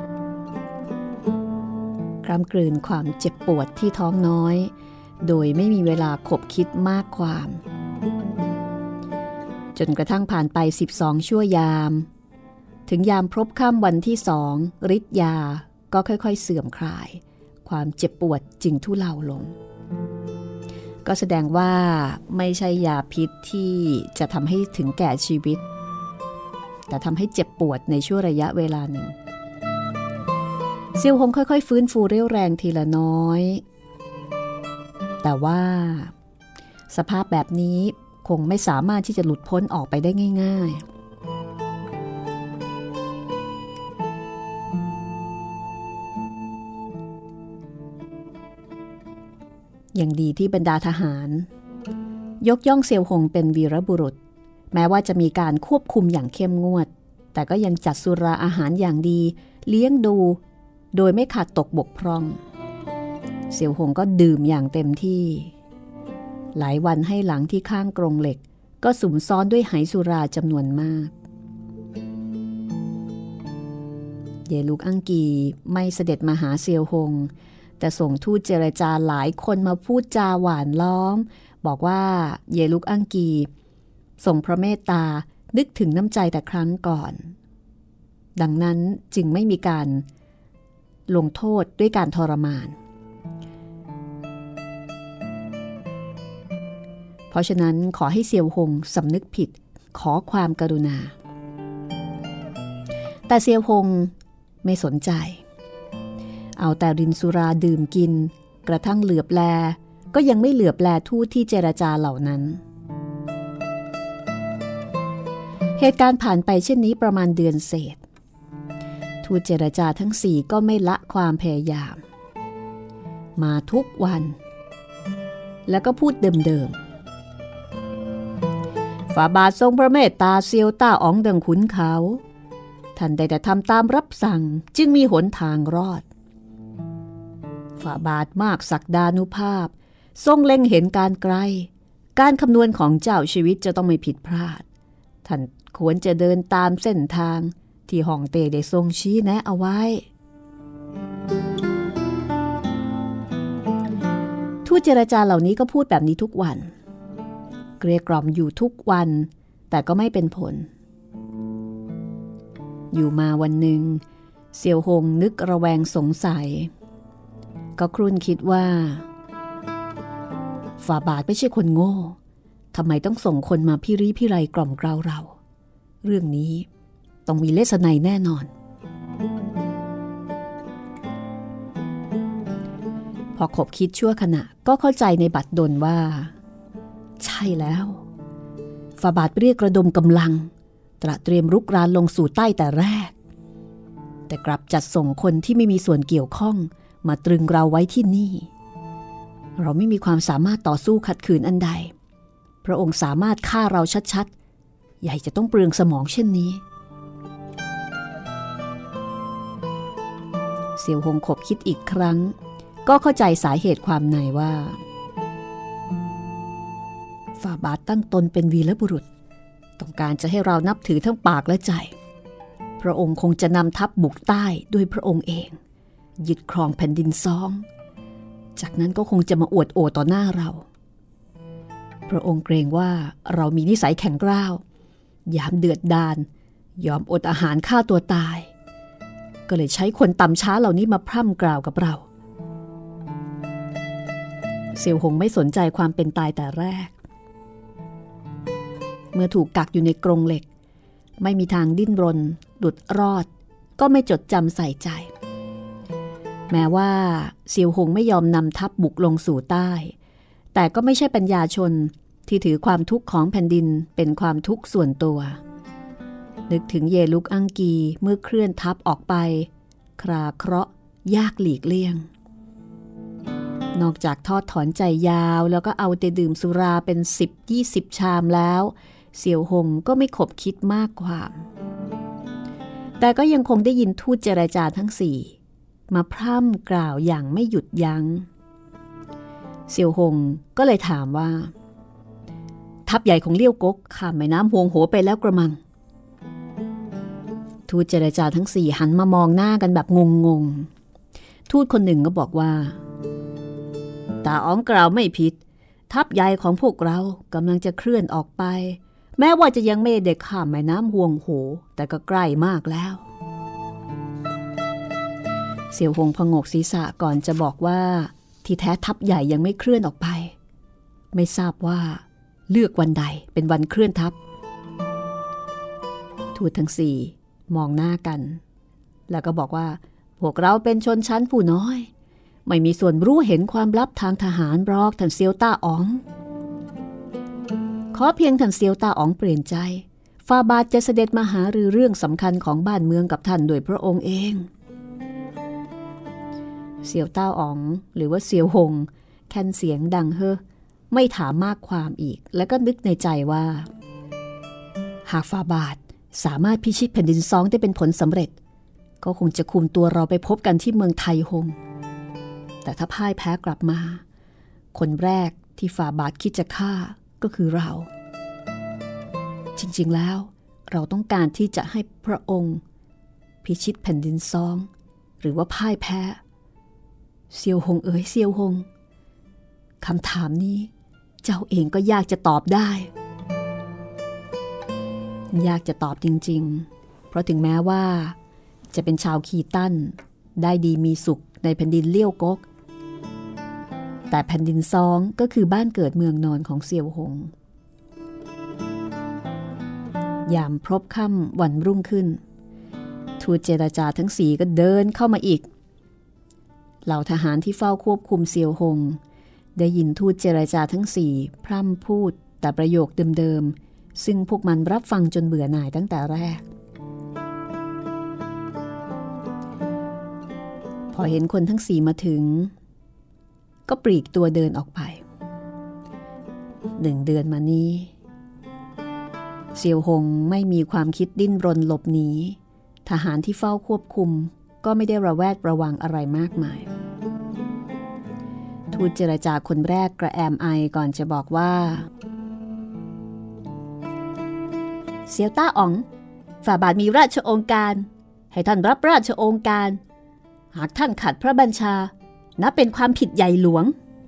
คร่ำกลืนความเจ็บปวดที่ท้องน้อยโดยไม่มีเวลาขบคิดมากความจนกระทั่งผ่านไปสิบสองชั่วยามถึงยามพบค่ำวันที่สองฤทธิ์ยาก็ค่อยๆเสื่อมคลายความเจ็บปวดจึงทุเลาลงก็แสดงว่าไม่ใช่ยาพิษที่จะทำให้ถึงแก่ชีวิตแต่ทำให้เจ็บปวดในช่วงระยะเวลาหนึ่งเซียวหงค่อยๆฟื้นฟูเรี่ยวแรงทีละน้อยแต่ว่าสภาพแบบนี้คงไม่สามารถที่จะหลุดพ้นออกไปได้ง่ายๆอย่างดีที่บรรดาทหารยกย่องเซียวหงเป็นวีรบุรุษแม้ว่าจะมีการควบคุมอย่างเข้มงวดแต่ก็ยังจัดสุราอาหารอย่างดีเลี้ยงดูโดยไม่ขาดตกบกพร่องเซียวหงก็ดื่มอย่างเต็มที่หลายวันให้หลังที่ข้างกรงเหล็กก็สุมซ้อนด้วยไหสุราจำนวนมากเยลุกอังกีไม่เสด็จมาหาเซียวหงแต่ส่งทูตเจรจาหลายคนมาพูดจาหวานล้อมบอกว่าเยลุกอังกีทรงพระเมตตานึกถึงน้ำใจแต่ครั้งก่อนดังนั้นจึงไม่มีการลงโทษด้วยการทรมานพเพราะฉะนั้นขอให้เซียวหงสำนึกผิดขอความกรุณาแต่เซียวหงไม่สนใจเอาแต่รินสุราดื่มกินกระทั่งเหลือบแลก็ยังไม่เหลือบแลทูตที่เจรจาเหล่านั้นเหตุการณ์ผ่านไปเช่นนี้ประมาณเดือนเศษทูตเจรจาทั้งสี่ก็ไม่ละความพยายามมาทุกวันแล้วก็พูดเดิมๆฝ่าบาททรงพระเมตตาเซียวต้าอ๋องดังขุนเขาท่านได้แต่ทำตามรับสั่งจึงมีหนทางรอดฝ่าบาทมากศักดานุภาพทรงเล็งเห็นการไกลการคำนวณของเจ้าชีวิตจะต้องไม่ผิดพลาดท่านควรจะเดินตามเส้นทางที่ฮ่องเต้ได้ทรงชี้แนะเอาไว้ทูตเจรจาเหล่านี้ก็พูดแบบนี้ทุกวันเกลี้ยกล่อมอยู่ทุกวันแต่ก็ไม่เป็นผลอยู่มาวันหนึ่งเสี่ยวหงนึกระแวงสงสัยก็ครุ่นคิดว่าฝ่าบาทไม่ใช่คนโง่ทำไมต้องส่งคนมาพิริพิไรกล่อมเกลาเราเรื่องนี้ต้องมีเลสไนแน่นอนพอขบคิดชั่วขณะก็เข้าใจในบัดดลว่าใช่แล้วฝ่าบาทเรียกระดมกำลังตระเตรียมรุกรานลงสู่ใต้แต่แรกแต่กลับจัดส่งคนที่ไม่มีส่วนเกี่ยวข้องมาตรึงเราไว้ที่นี่เราไม่มีความสามารถต่อสู้ขัดขืนอันใดพระองค์สามารถฆ่าเราชัดๆใหญ่จะต้องเปลืองสมองเช่นนี้เสี่ยวหงขบคิดอีกครั้งก็เข้าใจสาเหตุความในว่าฝ่าบาทตั้งตนเป็นวีรบุรุษต้องการจะให้เรานับถือทั้งปากและใจพระองค์คงจะนำทัพบุกใต้ด้วยพระองค์เองยึดครองแผ่นดินซองจากนั้นก็คงจะมาอวดโอต่อหน้าเราพระองค์เกรงว่าเรามีนิสัยแข็งกร้าวยามเดือดดาลยอมอดอาหารฆ่าตัวตายก็เลยใช้คนต่ำช้าเหล่านี้มาพร่ำกล่าวกับเราเสี่ยวหงไม่สนใจความเป็นตายแต่แรกเมื่อถูกกักอยู่ในกรงเหล็กไม่มีทางดิ้นรนหลุดรอดก็ไม่จดจำใส่ใจแม้ว่าเสี่ยวหงไม่ยอมนำทัพบุกลงสู่ใต้แต่ก็ไม่ใช่ปัญญาชนที่ถือความทุกข์ของแผ่นดินเป็นความทุกข์ส่วนตัวนึกถึงเยลุกอังกีเมื่อเคลื่อนทัพออกไปคราเคราะห์ยากหลีกเลี่ยงนอกจากทอดถอนใจยาวแล้วก็เอาแต่ดื่มสุราเป็นสิบยี่สิบชามแล้วเสี่ยวหงก็ไม่ขบคิดมากความแต่ก็ยังคงได้ยินทูตเจรจาทั้งสี่มาพร่ำกล่าวอย่างไม่หยุดยัง้งเสี่ยวหงก็เลยถามว่าทัพใหญ่ของเลี้ยวก๊กข้ามแม่น้ำฮวงโหไปแล้วกระมังทูตเจรจาทั้งสี่หันมามองหน้ากันแบบงงๆทูตคนหนึ่งก็บอกว่าตาอ๋องกล่าวไม่ผิดทัพใหญ่ของพวกเรากำลังจะเคลื่อนออกไปแม้ว่าจะยังไม่ได้ข้ามแม่น้ำฮวงโหแต่ก็ใกล้มากแล้วเสี่ยวหงพงกศีรษะก่อนจะบอกว่าที่แท้ทัพใหญ่ยังไม่เคลื่อนออกไปไม่ทราบว่าเลือกวันใดเป็นวันเคลื่อนทัพทูตทั้งสี่มองหน้ากันแล้วก็บอกว่าพวกเราเป็นชนชั้นผู้น้อยไม่มีส่วนรู้เห็นความลับทางทหารบรอกท่านเซียวต้าอ๋องขอเพียงท่านเซียวต้าอ๋องเปลี่ยนใจฝ่าบาทจะเสด็จมาหารือเรื่องสำคัญของบ้านเมืองกับท่านโดยพระองค์เองเซียวต้าอ๋องหรือว่าเซียวหงแค่นเสียงดังเฮ้อไม่ถามมากความอีกแล้วก็นึกในใจว่าหากฝ่าบาทสามารถพิชิตแผ่นดินซองได้เป็นผลสำเร็จก็คงจะคุมตัวเราไปพบกันที่เมืองไทหงแต่ถ้าพ่ายแพ้กลับมาคนแรกที่ฝ่าบาทคิดจะฆ่าก็คือเราจริงๆแล้วเราต้องการที่จะให้พระองค์พิชิตแผ่นดินซองหรือว่าพ่ายแพ้เซียวหงเอ๋ยเซียวหงคำถามนี้เจ้าเองก็ยากจะตอบได้ยากจะตอบจริงๆเพราะถึงแม้ว่าจะเป็นชาวคีตันได้ดีมีสุขในแผ่นดินเลี้ยวก๊กแต่แผ่นดินซองก็คือบ้านเกิดเมืองนอนของเซียวหงยามพรบค่ำวันรุ่งขึ้นทูตเจรจาทั้งสี่ก็เดินเข้ามาอีกเหล่าทหารที่เฝ้าควบคุมเซียวหงได้ยินทูตเจรจาทั้งสี่พร่ำพูดแต่ประโยคเดิมๆซึ่งพวกมันรับฟังจนเบื่อหน่ายตั้งแต่แรกพอเห็นคนทั้งสี่มาถึงก็ปลีกตัวเดินออกไปหนึ่งเดือนมานี้เซียวหงไม่มีความคิดดิ้นรนหลบหนีทหารที่เฝ้าควบคุมก็ไม่ได้ระแวดระวังอะไรมากมายทูตเจรจาคนแรกกระแอมไอก่อนจะบอกว่าเซียวต้าอ๋องฝ่าบาทมีราชโองการให้ท่านรับราชโองการหากท่านขัดพระบัญชานับเป็นความผิดใหญ่หลวง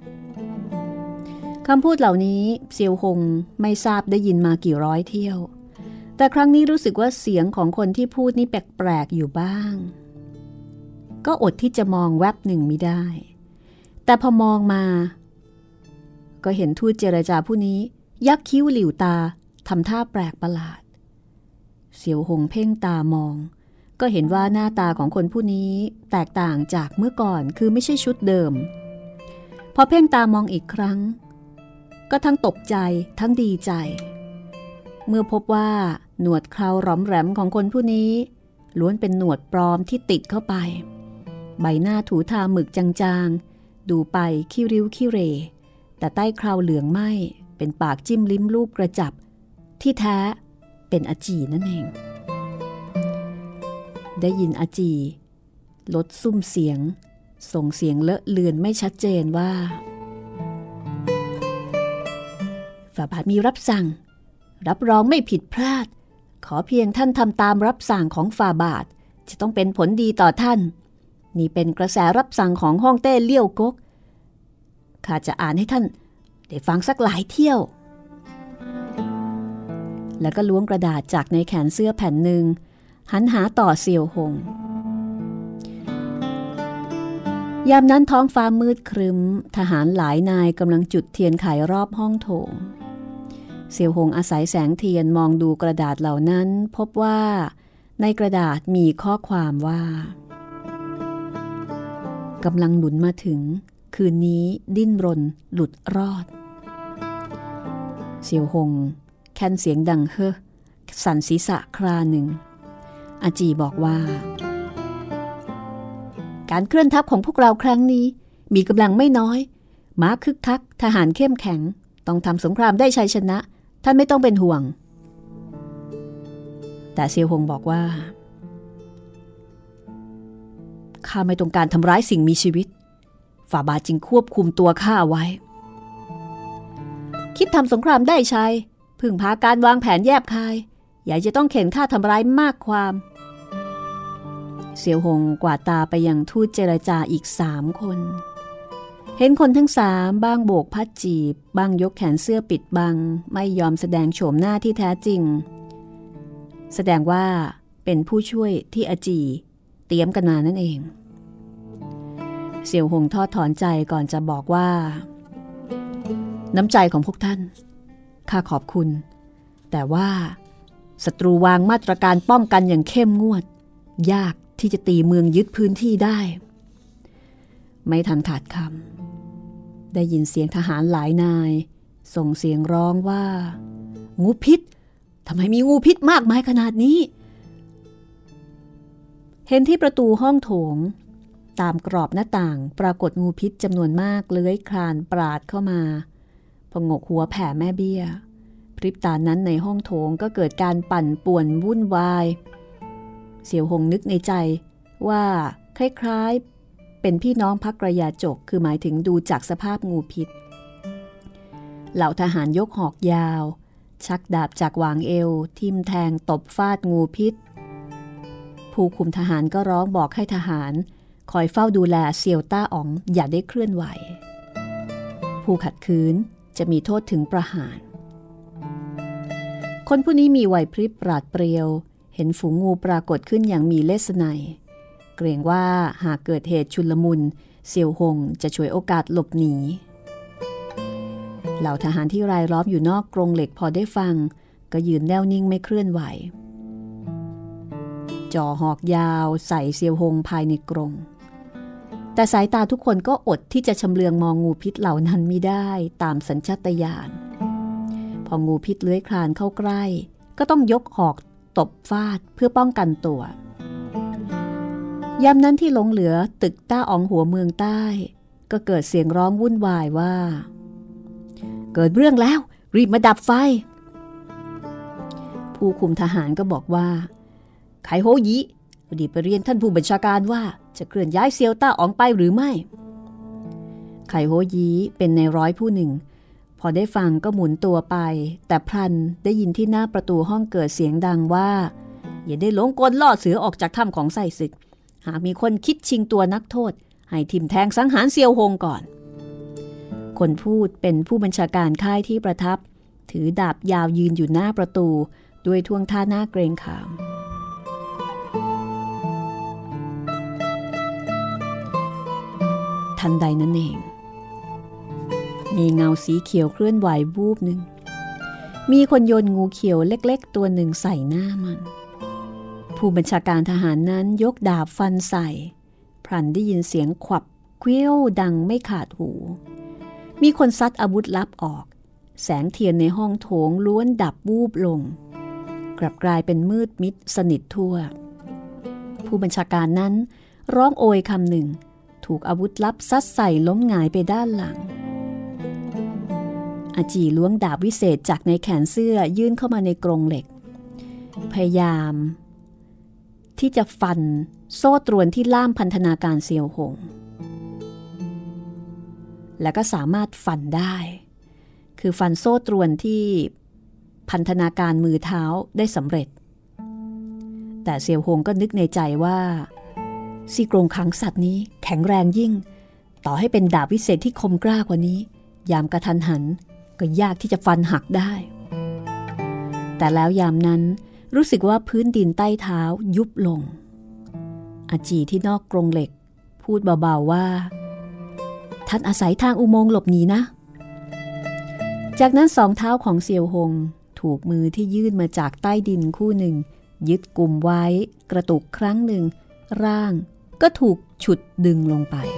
คำพูดเหล่านี้เซียวหงไม่ทราบได้ยินมากี่ร้อยเที่ยวแต่ครั้งนี้รู้สึกว่าเสียงของคนที่พูดนี่แปลกๆอยู่บ้างก็อดที่จะมองแวบหนึ่งไม่ได้แต่พอมองมาก็เห็นทูตเจรจาผู้นี้ยักคิ้วหลิ่วตาทำท่าแปลกประหลาดเซียวหงเพ่งตามองก็เห็นว่าหน้าตาของคนผู้นี้แตกต่างจากเมื่อก่อนคือไม่ใช่ชุดเดิมพอเพ่งตามองอีกครั้งก็ทั้งตกใจทั้งดีใจเมื่อพบว่าหนวดเคราหรอมแหรมของคนผู้นี้ล้วนเป็นหนวดปลอมที่ติดเข้าไปใบหน้าถูทาหมึกจางๆดูไปขี้ริ้วขี้เรแต่ใต้เคราเหลืองไหม้เป็นปากจิ้มลิ้มรูปกระจับที่แท้เป็นอาจีนั่นเองได้ยินอาจีลดซุ้มเสียงส่งเสียงเลอะเลือนไม่ชัดเจนว่าฝ่าบาทมีรับสั่งรับรองไม่ผิดพลาดขอเพียงท่านทำตามรับสั่งของฝ่าบาทจะต้องเป็นผลดีต่อท่านนี่เป็นกระแสรับสั่งของฮ่องเต้เลี่ยวก๊กข้าจะอ่านให้ท่านได้ฟังสักหลายเที่ยวแล้วก็ล้วงกระดาษจากในแขนเสื้อแผ่นหนึ่งหันหาต่อเซียวหงยามนั้นท้องฟ้ามืดครึ้มทหารหลายนายกำลังจุดเทียนไขรอบห้องโถงเซียวหงอาศัยแสงเทียนมองดูกระดาษเหล่านั้นพบว่าในกระดาษมีข้อความว่ากำลังหนุนมาถึงคืนนี้ดิ้นรนหลุดรอดเซียวหงแค่นเสียงดังเฮ้อสั่นศีรษะคราหนึ่งอาจีบอกว่าการเคลื่อนทัพของพวกเราครั้งนี้มีกำลังไม่น้อยม้าคึกคักทหารเข้มแข็งต้องทำสงครามได้ชัยชนะท่านไม่ต้องเป็นห่วงแต่เซียวหงบอกว่าข้าไม่ต้องการทำร้ายสิ่งมีชีวิตฝ่าบาทจึงควบคุมตัวข้าไว้คิดทำสงครามได้ชัยพึ่งพาการวางแผนแยบคายอย่าจะต้องเข็นข้าทำร้ายมากความเซียวหงกวาดตาไปยังทูตเจรจาอีกสามคนเห็นคนทั้งสามบ้างโบกพัดจีบบ้างยกแขนเสื้อปิดบังไม่ยอมแสดงโฉมหน้าที่แท้จริงแสดงว่าเป็นผู้ช่วยที่อาจีเตรียมกันมานั่นเองเซียวหงทอดถอนใจก่อนจะบอกว่าน้ำใจของพวกท่านข้าขอบคุณแต่ว่าศัตรูวางมาตรการป้องกันอย่างเข้มงวดยากที่จะตีเมืองยึดพื้นที่ได้ไม่ทันขาดคำได้ยินเสียงทหารหลายนายส่งเสียงร้องว่างูพิษทำไมมีงูพิษมากมายขนาดนี้เห็นที่ประตูห้องโถงตามกรอบหน้าต่างปรากฏงูพิษจำนวนมากเลื้อยคลานปราดเข้ามาพงกหัวแผ่แม่เบี้ยพริบตานั้นในห้องโถงก็เกิดการปั่นป่วนวุ่นวายเสี่ยวหงนึกในใจว่าคล้ายๆเป็นพี่น้องพรรคกระยาจกคือหมายถึงดูจากสภาพงูพิษเหล่าทหารยกหอกยาวชักดาบจากหว่างเอวทิ่มแทงตบฟาดงูพิษผู้คุมทหารก็ร้องบอกให้ทหารคอยเฝ้าดูแลเซียวต้าอ๋องอย่าได้เคลื่อนไหวผู้ขัดขืนจะมีโทษถึงประหารคนผู้นี้มีไหวพริบปราดเปรียวเห็นฝูงงูปรากฏขึ้นอย่างมีเลสไนเกรงว่าหากเกิดเหตุชุลมุนเซียวหงจะฉวยโอกาสหลบหนีเหล่าทหารที่รายล้อมอยู่นอกกรงเหล็กพอได้ฟังก็ยืนแน่วนิ่งไม่เคลื่อนไหวจ่อหอกยาวใส่เซียวหงภายในกรงแต่สายตาทุกคนก็อดที่จะชำเลืองมองงูพิษเหล่านั้นมิได้ตามสัญชาตญาณพองูพิษเลื้อยคลานเข้าใกล้ก็ต้องยกหอกตบฟาดเพื่อป้องกันตัวยามนั้นที่หลงเหลือตึกต้าอ๋องหัวเมืองใต้ก็เกิดเสียงร้องวุ่นวายว่าเกิดเรื่องแล้วรีบมาดับไฟผู้คุมทหารก็บอกว่าไคโฮยิรีบไปเรียนท่านผู้บัญชาการว่าจะเคลื่อนย้ายเซียวต้าอ๋องไปหรือไม่ไคโฮยิเป็นในร้อยผู้หนึ่งพอได้ฟังก็หมุนตัวไปแต่พลันได้ยินที่หน้าประตูห้องเกิดเสียงดังว่าอย่าได้หลงกลล่อเสือออกจากถ้ำของไส้ศึกหากมีคนคิดชิงตัวนักโทษให้ทิ่มแทงสังหารเซียวหงก่อนคนพูดเป็นผู้บัญชาการค่ายที่ประทับถือดาบยาวยืนอยู่หน้าประตูด้วยท่วงท่าหน้าเกรงขามทันใดนั้นเองมีเงาสีเขียวเคลื่อนไหววูบหนึ่งมีคนโยนงูเขียวเล็กๆตัวหนึ่งใส่หน้ามันผู้บัญชาการทหารนั้นยกดาบฟันใส่พลันได้ยินเสียงขวับเกี้ยวดังไม่ขาดหูมีคนซัดอาวุธลับออกแสงเทียนในห้องโถงล้วนดับวูบลงกลับกลายเป็นมืดมิดสนิททั่วผู้บัญชาการนั้นร้องโอยคำหนึ่งถูกอาวุธลับซัดใส่ล้มหงายไปด้านหลังอาจีล้วงดาบวิเศษจากในแขนเสื้อยื่นเข้ามาในกรงเหล็กพยายามที่จะฟันโซ่ตรวนที่ล่ามพันธนาการเซียวหงและก็สามารถฟันได้คือฟันโซ่ตรวนที่พันธนาการมือเท้าได้สำเร็จแต่เซียวหงก็นึกในใจว่าซี่โครงขังสัตว์นี้แข็งแรงยิ่งต่อให้เป็นดาบวิเศษที่คมกล้ากว่านี้ยามกระทันหันก็ยากที่จะฟันหักได้แต่แล้วยามนั้นรู้สึกว่าพื้นดินใต้เท้ายุบลงอาจีที่นอกกรงเหล็กพูดเบาๆว่าท่านอาศัยทางอุโมงค์หลบหนีนะจากนั้นสองเท้าของเซียวหงถูกมือที่ยื่นมาจากใต้ดินคู่หนึ่งยึดกุมไว้กระตุกครั้งหนึ่งร่างก็ถูกฉุดดึงลงไป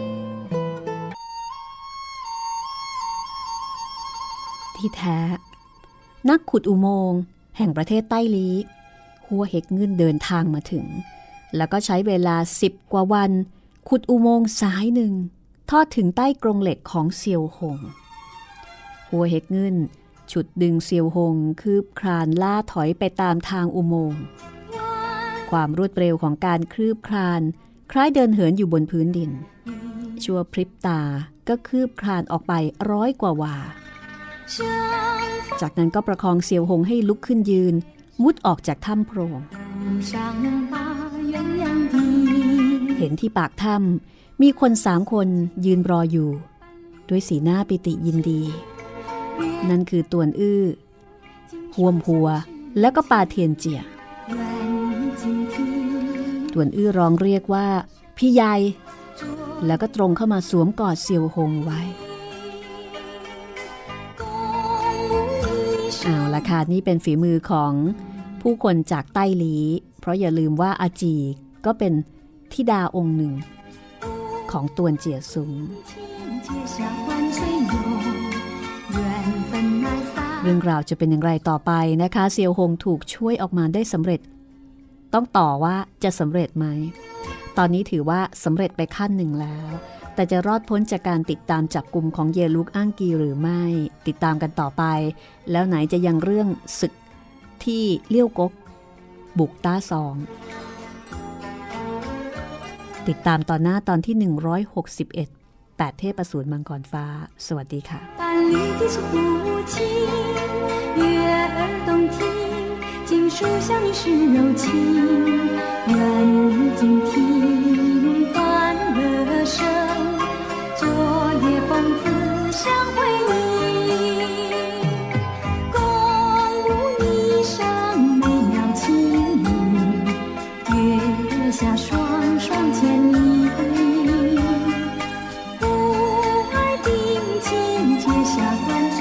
ที่แท้นักขุดอุโมงค์แห่งประเทศใต้ลีหัวเฮกเงินเดินทางมาถึงแล้วก็ใช้เวลาสิบกว่าวันขุดอุโมงค์สายหนึ่งทอดถึงใต้กรงเหล็กของเซียวหงหัวเฮกเงินฉุดดึงเซียวหงคืบคลานล่าถอยไปตามทางอุโมงค์ความรวดเร็วของการคืบคลานคล้ายเดินเหินอยู่บนพื้นดินชั่วพริบตาก็คืบคลานออกไปร้อยกว่าวาจากนั้นก็ประคองเซียวหงให้ลุกขึ้นยืนมุดออกจากถ้ำโพรงเห็นที่ปากถ้ำมีคนสามคนยืนรออยู่ด้วยสีหน้าปิติยินดีนั่นคือตวนอื้อหวมหัวแล้วก็ปาเทียนเจียตวนอื้อร้องเรียกว่าพี่ใหญ่แล้วก็ตรงเข้ามาสวมกอดเซียวหงไว้เอาละค่ะนี่เป็นฝีมือของผู้คนจากใต้หลีเพราะอย่าลืมว่าอาจีก็เป็นธิดาองค์หนึ่งของตวนเจียซุงเรื่องราวจะเป็นอย่างไรต่อไปนะคะเซียวหงถูกช่วยออกมาได้สำเร็จต้องต่อว่าจะสำเร็จไหมตอนนี้ถือว่าสำเร็จไปขั้นหนึ่งแล้วแต่จะรอดพ้นจากการติดตามจับกลุ่มของเยลุกอ้างกีหรือไม่ติดตามกันต่อไปแล้วไหนจะยังเรื่องศึกที่เลี้ยวก๊กบุกต้าซองติดตามตอนหน้าตอนที่หนึ่งร้อยหกสิบเอ็ดแปดเทพอสูรมังกรฟ้าสวัสดีค่ะ昨夜风姿相会你共舞霓裳美妙情侣月下双双牵一对不爱定情结下关。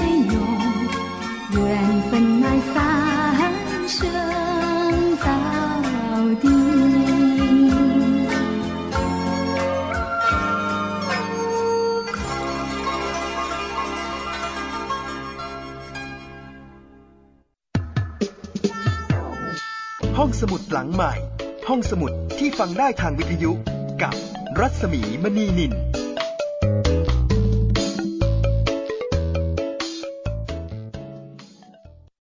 ห้องสมุดหลังใหม่ห้องสมุดที่ฟังได้ทางวิทยุกับรัศมีมณีนิน